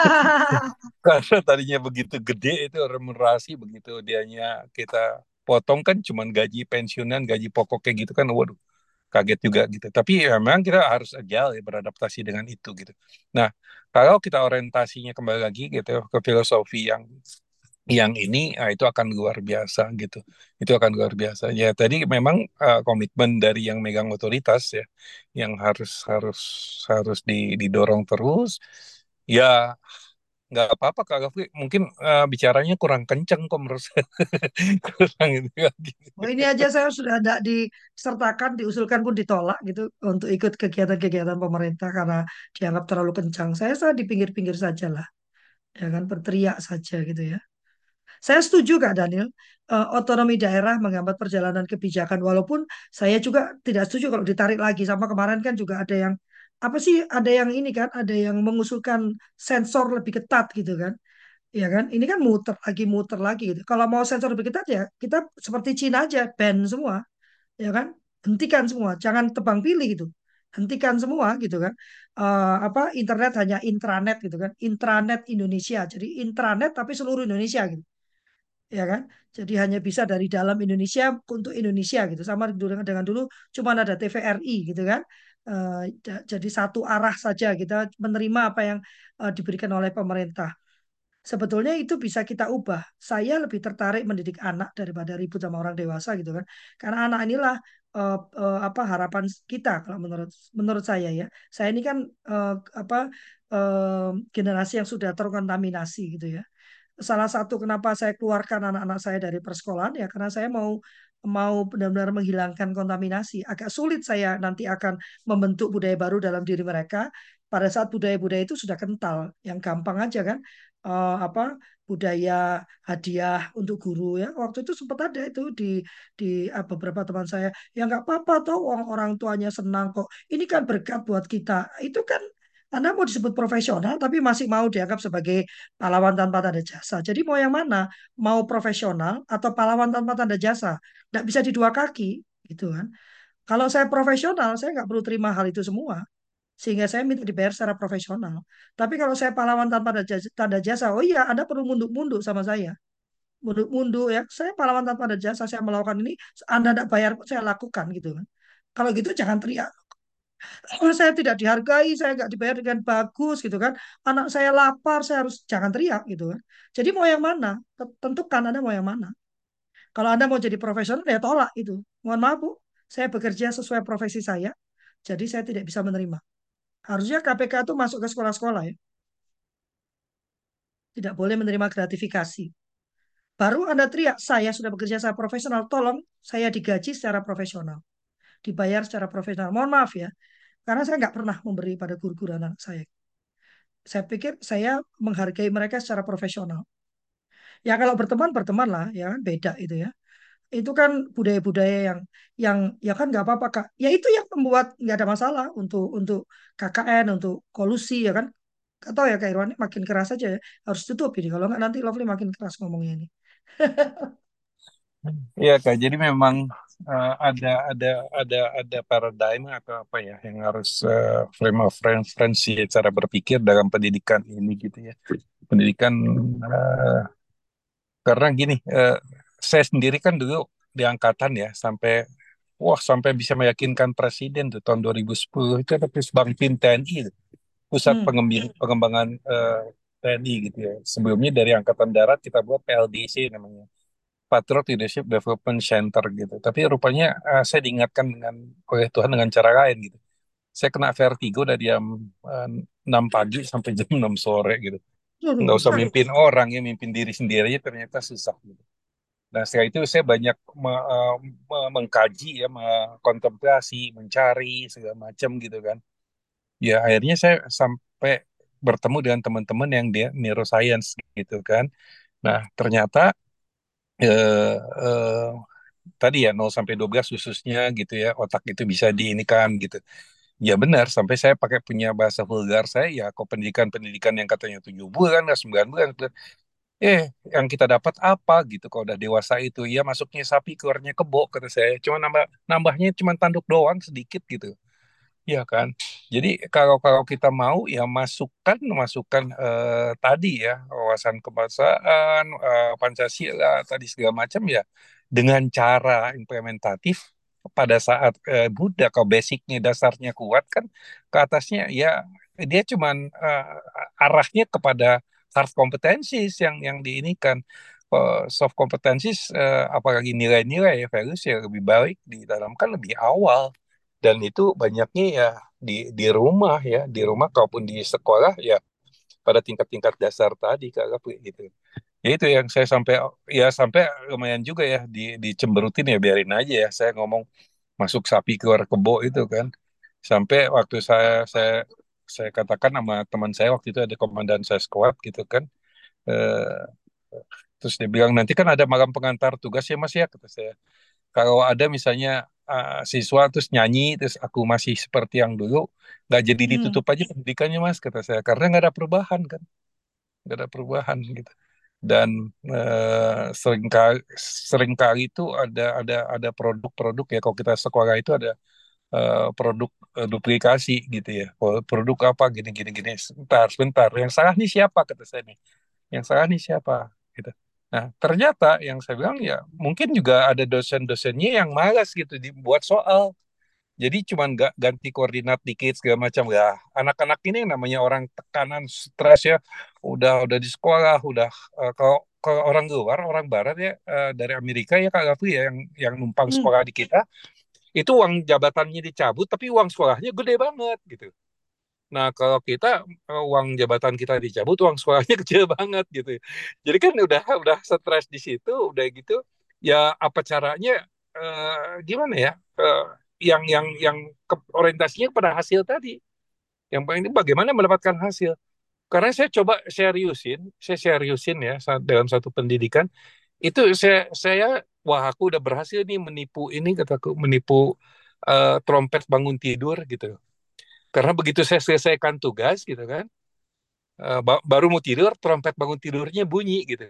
Karena tadinya begitu gede itu remunerasi, begitu dianya kita potong kan cuman gaji pensiunan, gaji pokok kayak gitu kan, waduh, kaget juga gitu. Tapi ya memang kita harus agile ya, beradaptasi dengan itu gitu. Nah, kalau kita orientasinya kembali lagi gitu ke filosofi yang ini, itu akan luar biasa gitu. Itu akan luar biasa. Ya tadi memang komitmen dari yang megang otoritas ya, yang harus harus harus didorong terus. Ya nggak apa-apa Kak Gafri, mungkin bicaranya kurang kenceng kok menurut saya. Kurang itu lagi. Oh, ini aja saya sudah tidak disertakan, diusulkan pun ditolak gitu untuk ikut kegiatan-kegiatan pemerintah karena dianggap terlalu kencang. Saya di pinggir-pinggir saja lah, ya kan berteriak saja gitu ya. Saya setuju Kak Daniel, otonomi daerah menghambat perjalanan kebijakan. Walaupun saya juga tidak setuju kalau ditarik lagi. Sama kemarin kan juga ada yang apa sih? Ada yang ini kan, ada yang mengusulkan sensor lebih ketat gitu kan. Ya kan? Ini kan muter lagi gitu. Kalau mau sensor lebih ketat ya kita seperti Cina aja, ban semua, ya kan? Hentikan semua, jangan tebang pilih gitu. Hentikan semua gitu kan. Apa internet hanya intranet gitu kan. Intranet Indonesia. Jadi intranet tapi seluruh Indonesia gitu. ya kan? Jadi hanya bisa dari dalam Indonesia untuk Indonesia gitu. Sama dengan dulu cuma ada TVRI gitu kan. Jadi satu arah saja kita menerima apa yang diberikan oleh pemerintah. Sebetulnya itu bisa kita ubah. Saya lebih tertarik mendidik anak daripada ribut sama orang dewasa gitu kan. Karena anak inilah apa harapan kita kalau menurut menurut saya ya. Saya ini kan apa generasi yang sudah terkontaminasi gitu ya. Salah satu kenapa saya keluarkan anak-anak saya dari persekolahan ya karena saya mau mau benar-benar menghilangkan kontaminasi. Agak sulit saya nanti akan membentuk budaya baru dalam diri mereka pada saat budaya-budaya itu sudah kental. Yang gampang aja kan apa budaya hadiah untuk guru ya. Waktu itu sempat ada itu di beberapa teman saya. Ya nggak apa-apa toh orang orang tuanya senang kok. Ini kan berkat buat kita. Itu kan anda mau disebut profesional, tapi masih mau dianggap sebagai pahlawan tanpa tanda jasa. Jadi mau yang mana? Mau profesional atau pahlawan tanpa tanda jasa? Nggak bisa di dua kaki, gitu kan? Kalau saya profesional, saya nggak perlu terima hal itu semua. Sehingga saya minta dibayar secara profesional. Tapi kalau saya pahlawan tanpa tanda jasa, oh iya, Anda perlu munduk-munduk sama saya. Munduk-munduk ya, saya pahlawan tanpa tanda jasa, saya melakukan ini, Anda tidak bayar, saya lakukan gitu kan. Kalau gitu jangan teriak. Oh, saya tidak dihargai, saya nggak dibayar dengan bagus gitu kan. Anak saya lapar, saya harus jangan teriak gitu kan. Jadi mau yang mana? Tentukan Anda mau yang mana. Kalau Anda mau jadi profesional ya tolak itu. Mohon maaf Bu, saya bekerja sesuai profesi saya, jadi saya tidak bisa menerima. Harusnya KPK itu masuk ke sekolah-sekolah ya, tidak boleh menerima gratifikasi. Baru Anda teriak, saya sudah bekerja secara profesional, tolong saya digaji secara profesional, dibayar secara profesional. Mohon maaf ya, karena saya nggak pernah memberi pada guru-guru anak saya. Saya pikir saya menghargai mereka secara profesional. Ya kalau berteman berteman lah, ya kan beda itu ya. Itu kan budaya-budaya yang ya kan nggak apa-apa Kak. Ya itu yang membuat nggak ada masalah untuk KKN, untuk kolusi ya kan. Atau ya Kak Irwan makin keras aja ya. Harus tutup ini. Kalau nggak nanti Lovely makin keras ngomongnya ini. Iya Kak, jadi memang ada paradigma atau apa ya yang harus frame of reference ya, cara berpikir dalam pendidikan ini gitu ya. Pendidikan karena gini, saya sendiri kan dulu di angkatan ya sampai bisa meyakinkan presiden tuh tahun 2010 itu ada Pusbangpim TNI, tuh, Pusat Hmm. Pengembangan TNI gitu ya. Sebelumnya dari Angkatan Darat kita buat PLDC namanya. Patriot Leadership Development Center gitu. Tapi rupanya saya diingatkan oleh Tuhan dengan cara lain gitu. Saya kena vertigo dari jam 6 pagi sampai jam 6 sore gitu. Nggak Aduh. usah mimpin orang ya, mimpin diri sendiri aja ternyata susah gitu. Nah setelah itu saya banyak mengkaji ya, mengkontemplasi, mencari segala macam gitu kan. Ya akhirnya saya sampai bertemu dengan teman-teman yang dia neuroscience gitu kan. Nah ternyata eh, eh, tadi ya 0 sampai 12 khususnya gitu ya otak itu bisa diinikan gitu. Ya benar sampai saya pakai punya bahasa vulgar saya ya kok pendidikan-pendidikan yang katanya 7 bulan 9 bulan yang kita dapat apa gitu kalau udah dewasa itu ya masuknya sapi keluarnya kebo kata saya cuma nambahnya cuma tanduk doang sedikit gitu. Iya kan. Jadi kalau kalau kita mau ya masukkan masukkan tadi ya wawasan kebangsaan, Pancasila tadi segala macam ya dengan cara implementatif pada saat Buddha kalau basicnya dasarnya kuat kan ke atasnya ya dia cuman arahnya kepada hard competencies yang diinikan. Soft competencies apalagi nilai-nilai ya values ya lebih baik ditanamkan lebih awal dan itu banyaknya ya di rumah ya di rumah kalaupun di sekolah ya pada tingkat-tingkat dasar tadi Kak gitu ya itu yang saya sampai lumayan juga ya dicemberutin ya biarin aja ya saya ngomong masuk sapi keluar kebo itu kan sampai waktu saya katakan sama teman saya waktu itu ada komandan saya squad gitu kan eh, terus dia bilang nanti kan ada malam pengantar tugas ya Mas ya kata saya kalau ada misalnya siswa terus nyanyi terus aku masih seperti yang dulu nggak jadi Hmm. ditutup aja pendidikannya mas kata saya karena nggak ada perubahan kan nggak ada perubahan gitu dan seringkali seringkali itu ada produk-produk ya kalau kita sekolah itu ada produk duplikasi gitu ya produk apa gini gini gini sebentar sebentar yang salah nih siapa kata saya nih yang salah nih siapa gitu Nah, ternyata yang saya bilang ya mungkin juga ada dosen-dosennya yang malas gitu dibuat soal. Jadi cuma nggak ganti koordinat dikit segala macam ya. Anak-anak ini yang namanya orang tekanan stres ya, udah di sekolah, udah kalau kalau orang luar, orang barat ya dari Amerika ya Kak Gafri ya yang numpang Hmm. sekolah di kita, itu uang jabatannya dicabut tapi uang sekolahnya gede banget gitu. Nah, kalau kita uang jabatan kita dicabut, uang sekolahnya kecil banget gitu. Jadi kan udah stres di situ, udah gitu. Ya apa caranya? Gimana ya? Yang orientasinya pada hasil tadi. Yang paling ini bagaimana mendapatkan hasil? Karena saya seriusin ya dalam satu pendidikan itu saya wah aku udah berhasil nih menipu ini kataku menipu trompet bangun tidur gitu. Karena begitu saya selesaikan tugas gitu kan, baru mau tidur, trompet bangun tidurnya bunyi gitu.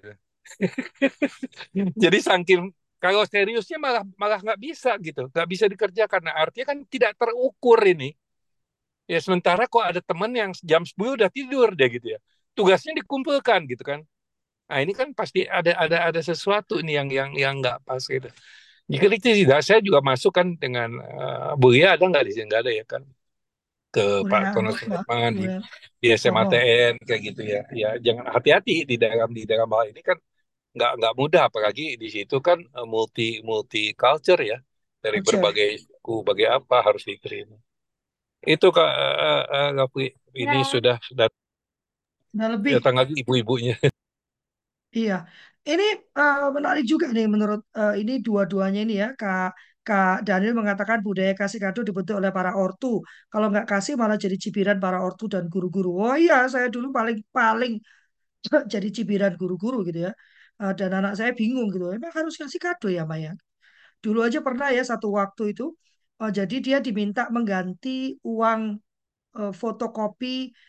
Jadi saking kalau seriusnya malah malah nggak bisa gitu, nggak bisa dikerjakan. Nah, artinya kan tidak terukur ini. Ya sementara kok ada teman yang jam 10 udah tidur deh gitu ya. Tugasnya dikumpulkan gitu kan. Nah ini kan pasti ada sesuatu nih yang nggak pas gitu. Jika itu tidak, saya juga masuk kan dengan Bu Lia ada nggak di sini nggak ada ya kan? Ke Pak Boleh Tono anu, Mbak. Sulaiman Boleh. di Oh, oh. SMATN kayak gitu ya. Ya jangan hati-hati di dalam hal ini kan nggak mudah apalagi di situ kan multi multi culture ya dari Culture. berbagai suku, bagai apa harus diterima. Itu Kak Gapri, ini Ya. sudah Udah lebih. datang lagi ibu-ibunya. Iya, ini menarik juga nih menurut ini dua-duanya ini ya, Kak Kak Daniel mengatakan budaya kasih kado dibentuk oleh para ortu. Kalau nggak kasih malah jadi cibiran para ortu dan guru-guru. Oh iya, saya dulu paling paling jadi cibiran guru-guru gitu ya. Dan anak saya bingung gitu. Emang harus kasih kado ya, Maya? Dulu aja pernah ya satu waktu itu. Jadi dia diminta mengganti uang fotokopi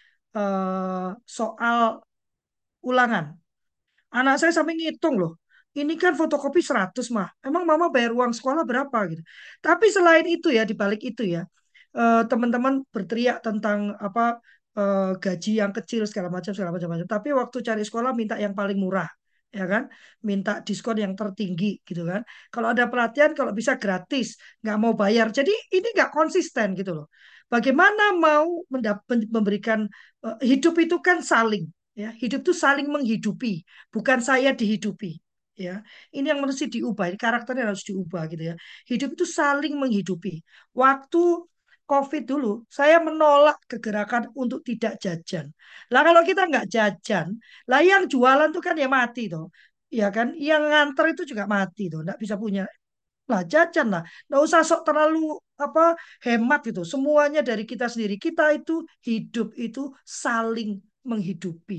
soal ulangan. Anak saya sampai ngitung loh. Ini kan fotokopi 100 mah. Emang mama bayar uang sekolah berapa gitu. Tapi selain itu ya, di balik itu ya, teman-teman berteriak tentang apa gaji yang kecil segala macam macam. Tapi waktu cari sekolah minta yang paling murah, ya kan? Minta diskon yang tertinggi gitu kan. Kalau ada pelatihan kalau bisa gratis, nggak mau bayar. Jadi ini nggak konsisten gitu loh. Bagaimana mau memberikan hidup itu kan saling ya. Hidup itu saling menghidupi, bukan saya dihidupi. Ya, ini yang mesti diubah. Ini karakternya harus diubah gitu ya. Hidup itu saling menghidupi. Waktu COVID dulu, saya menolak kegerakan untuk tidak jajan. Lah kalau kita nggak jajan, lah yang jualan tuh kan ya mati toh. Ya kan, yang nganter itu juga mati tuh, nggak bisa punya lah jajan lah. Nggak usah sok terlalu apa hemat gitu. Semuanya dari kita sendiri. Kita itu hidup itu saling menghidupi.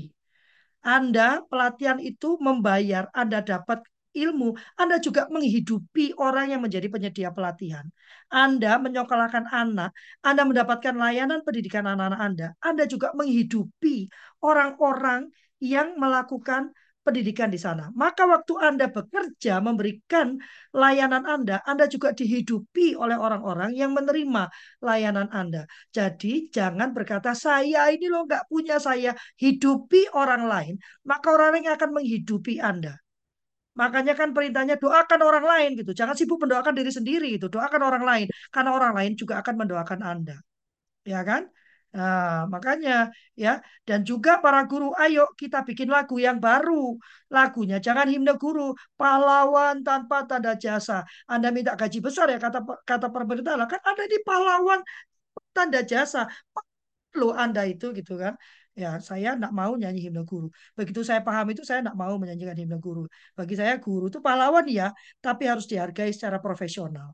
Anda pelatihan itu membayar, Anda dapat ilmu, Anda juga menghidupi orang yang menjadi penyedia pelatihan. Anda menyekolahkan anak, Anda mendapatkan layanan pendidikan anak-anak Anda juga menghidupi orang-orang yang melakukan pendidikan di sana. Maka waktu Anda bekerja memberikan layanan Anda juga dihidupi oleh orang-orang yang menerima layanan Anda. Jadi jangan berkata saya ini loh nggak punya saya hidupi orang lain maka orang lain akan menghidupi Anda. Makanya kan perintahnya doakan orang lain gitu. Jangan sibuk mendoakan diri sendiri gitu. Doakan orang lain karena orang lain juga akan mendoakan Anda, ya kan? Nah, makanya ya dan juga para guru ayo kita bikin lagu yang baru. Lagunya jangan himne guru, pahlawan tanpa tanda jasa. Anda minta gaji besar ya kata kata pemerintah lah kan ada di pahlawan tanda jasa lo Anda itu gitu kan. Ya, saya enggak mau nyanyi himne guru. Begitu saya paham itu, saya enggak mau menyanyikan himne guru. Bagi saya guru itu pahlawan ya, tapi harus dihargai secara profesional.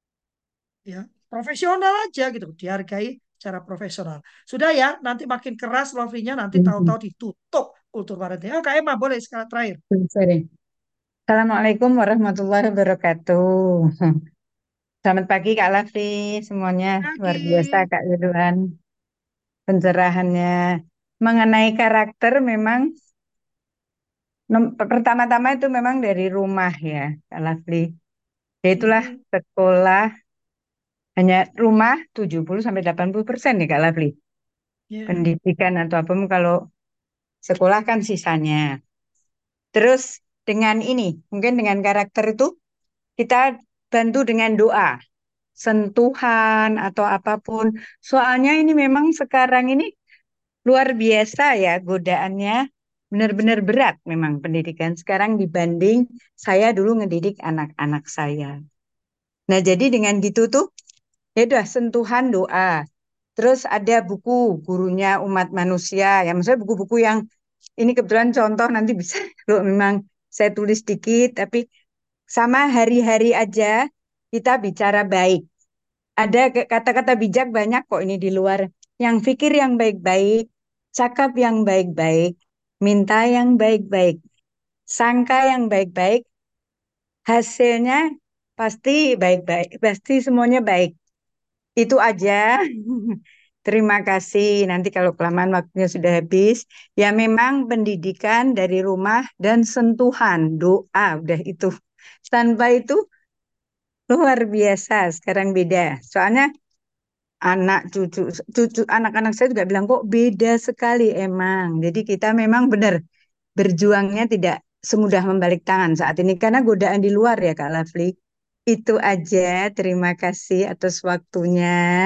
Ya, profesional aja gitu, dihargai secara profesional. Sudah ya, nanti makin keras love-nya, nanti tahu-tahu ditutup kultur parenting. Oh, Kak Emma boleh sekarang terakhir. Sorry. Assalamualaikum warahmatullahi wabarakatuh. Selamat pagi Kak Lafri, semuanya luar biasa Pagi. Kak Yuduhan. Pencerahannya mengenai karakter memang pertama-tama itu memang dari rumah ya Kak Lafri. Ya itulah Mhm. sekolah hanya rumah 70-80% nih Kak Lafri. Ya. Pendidikan atau apa kalau sekolah kan sisanya. Terus dengan ini, mungkin dengan karakter itu kita bantu dengan doa, sentuhan atau apapun. Soalnya ini memang sekarang ini luar biasa ya godaannya, benar-benar berat memang pendidikan sekarang dibanding saya dulu ngedidik anak-anak saya. Nah, jadi dengan gitu tuh ya udah sentuhan doa. Terus ada buku gurunya umat manusia, ya maksudnya buku-buku yang ini kebetulan contoh nanti bisa kalau memang saya tulis dikit, tapi sama hari-hari aja kita bicara baik. Ada kata-kata bijak banyak kok ini di luar. Yang pikir yang baik-baik, cakap yang baik-baik, minta yang baik-baik, sangka yang baik-baik, hasilnya pasti baik-baik, pasti semuanya baik. Itu aja. Terima kasih. Nanti kalau kelamaan waktunya sudah habis, ya memang pendidikan dari rumah dan sentuhan, doa, udah itu. Tanpa itu luar biasa. Sekarang beda. Soalnya anak cucu anak-anak saya juga bilang kok beda sekali emang. Jadi kita memang benar berjuangnya tidak semudah membalik tangan saat ini karena godaan di luar ya Kak Lafli. Itu aja. Terima kasih atas waktunya.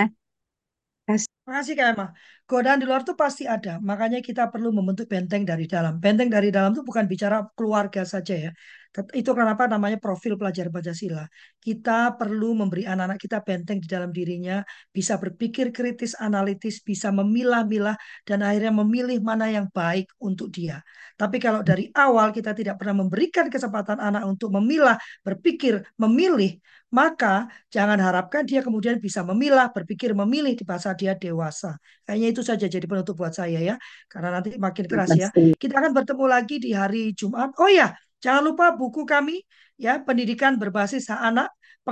Makasih Kak Emma. Godaan di luar tuh pasti ada. Makanya kita perlu membentuk benteng dari dalam. Benteng dari dalam itu bukan bicara keluarga saja ya. Itu kenapa namanya profil pelajar Pancasila. Kita perlu memberi anak-anak kita benteng di dalam dirinya, bisa berpikir kritis, analitis, bisa memilah-milah, dan akhirnya memilih mana yang baik untuk dia. Tapi kalau dari awal kita tidak pernah memberikan kesempatan anak untuk memilah, berpikir, memilih, maka jangan harapkan dia kemudian bisa memilah, berpikir, memilih di masa dia dewasa. Kayaknya itu saja jadi penutup buat saya ya. Karena nanti makin Terima keras ya. kasih. Kita akan bertemu lagi di hari Jumat. Oh ya, jangan lupa buku kami ya, pendidikan berbasis hak anak,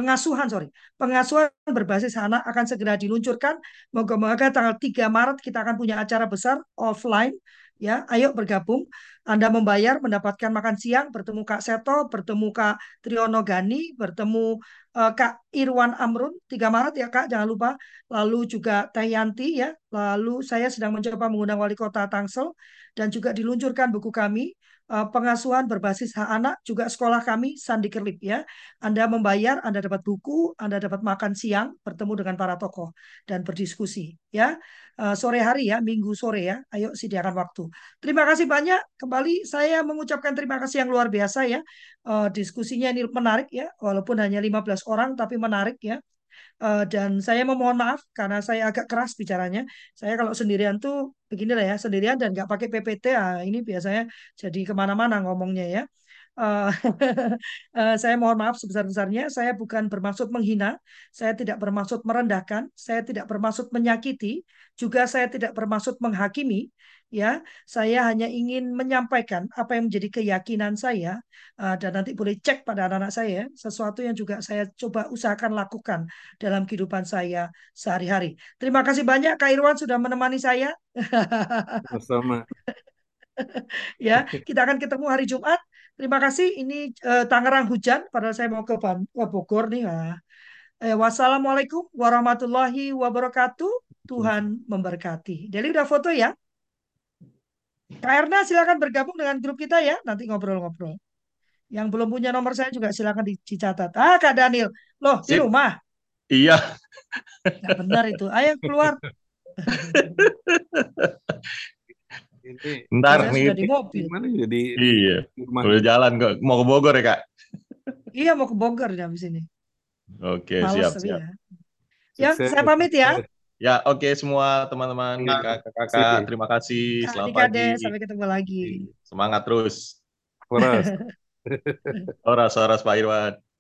pengasuhan berbasis hak anak akan segera diluncurkan. Moga-moga tanggal 3 Maret kita akan punya acara besar offline. Ya, ayo bergabung. Anda membayar, mendapatkan makan siang, bertemu Kak Seto, bertemu Kak Triyono Gani, bertemu Kak Irwan Amrun 3 Maret ya Kak, jangan lupa. Lalu juga Teh Yanti ya. Lalu saya sedang mencoba mengundang Wali Kota Tangsel dan juga diluncurkan buku kami pengasuhan berbasis hak anak, juga sekolah kami Sandi Kerlip ya. Anda membayar, Anda dapat buku, Anda dapat makan siang, bertemu dengan para tokoh dan berdiskusi ya. Sore hari ya, Minggu sore ya. Ayo sediakan waktu. Terima kasih banyak. Kembali saya mengucapkan terima kasih yang luar biasa ya. Diskusinya ini menarik ya, walaupun hanya 15 orang tapi menarik ya. Dan saya memohon maaf karena saya agak keras bicaranya. Saya kalau sendirian tuh beginilah ya, sendirian dan nggak pakai PPT, ini biasanya jadi kemana-mana ngomongnya ya. Eh, saya mohon maaf sebesar-besarnya. Saya bukan bermaksud menghina, saya tidak bermaksud merendahkan, saya tidak bermaksud menyakiti, juga saya tidak bermaksud menghakimi. Ya, saya hanya ingin menyampaikan apa yang menjadi keyakinan saya, dan nanti boleh cek pada anak-anak saya, sesuatu yang juga saya coba usahakan lakukan dalam kehidupan saya sehari-hari. Terima kasih banyak Kak Irwan sudah menemani saya. Sama-sama. Ya, kita akan ketemu hari Jumat. Terima kasih. Ini Tangerang hujan, padahal saya mau ke Bogor nih. Wassalamualaikum warahmatullahi wabarakatuh. Tuhan memberkati. Jadi udah foto ya. Kak Erna silakan bergabung dengan grup kita ya. Nanti ngobrol-ngobrol. Yang belum punya nomor saya juga silakan dicatat. Kak Daniel. Loh, di Sip. rumah. Iya. Nggak benar itu. Ayo keluar. Ini Ntar Saya nih. sudah di mobil. gimana ya di Iya. rumah? Udah jalan kok. Mau ke Bogor ya, Kak? Iya mau ke Bogor ya habis ini. Oke, Males siap, tapi siap. ya. Ya, Sukses. saya pamit ya. Ya, oke semua teman-teman, kakak-kakak, Kasih. terima kasih. Selamat Adik-adik, pagi. sampai ketemu lagi. Semangat terus. Horas. Horas, horas Pak Irwan.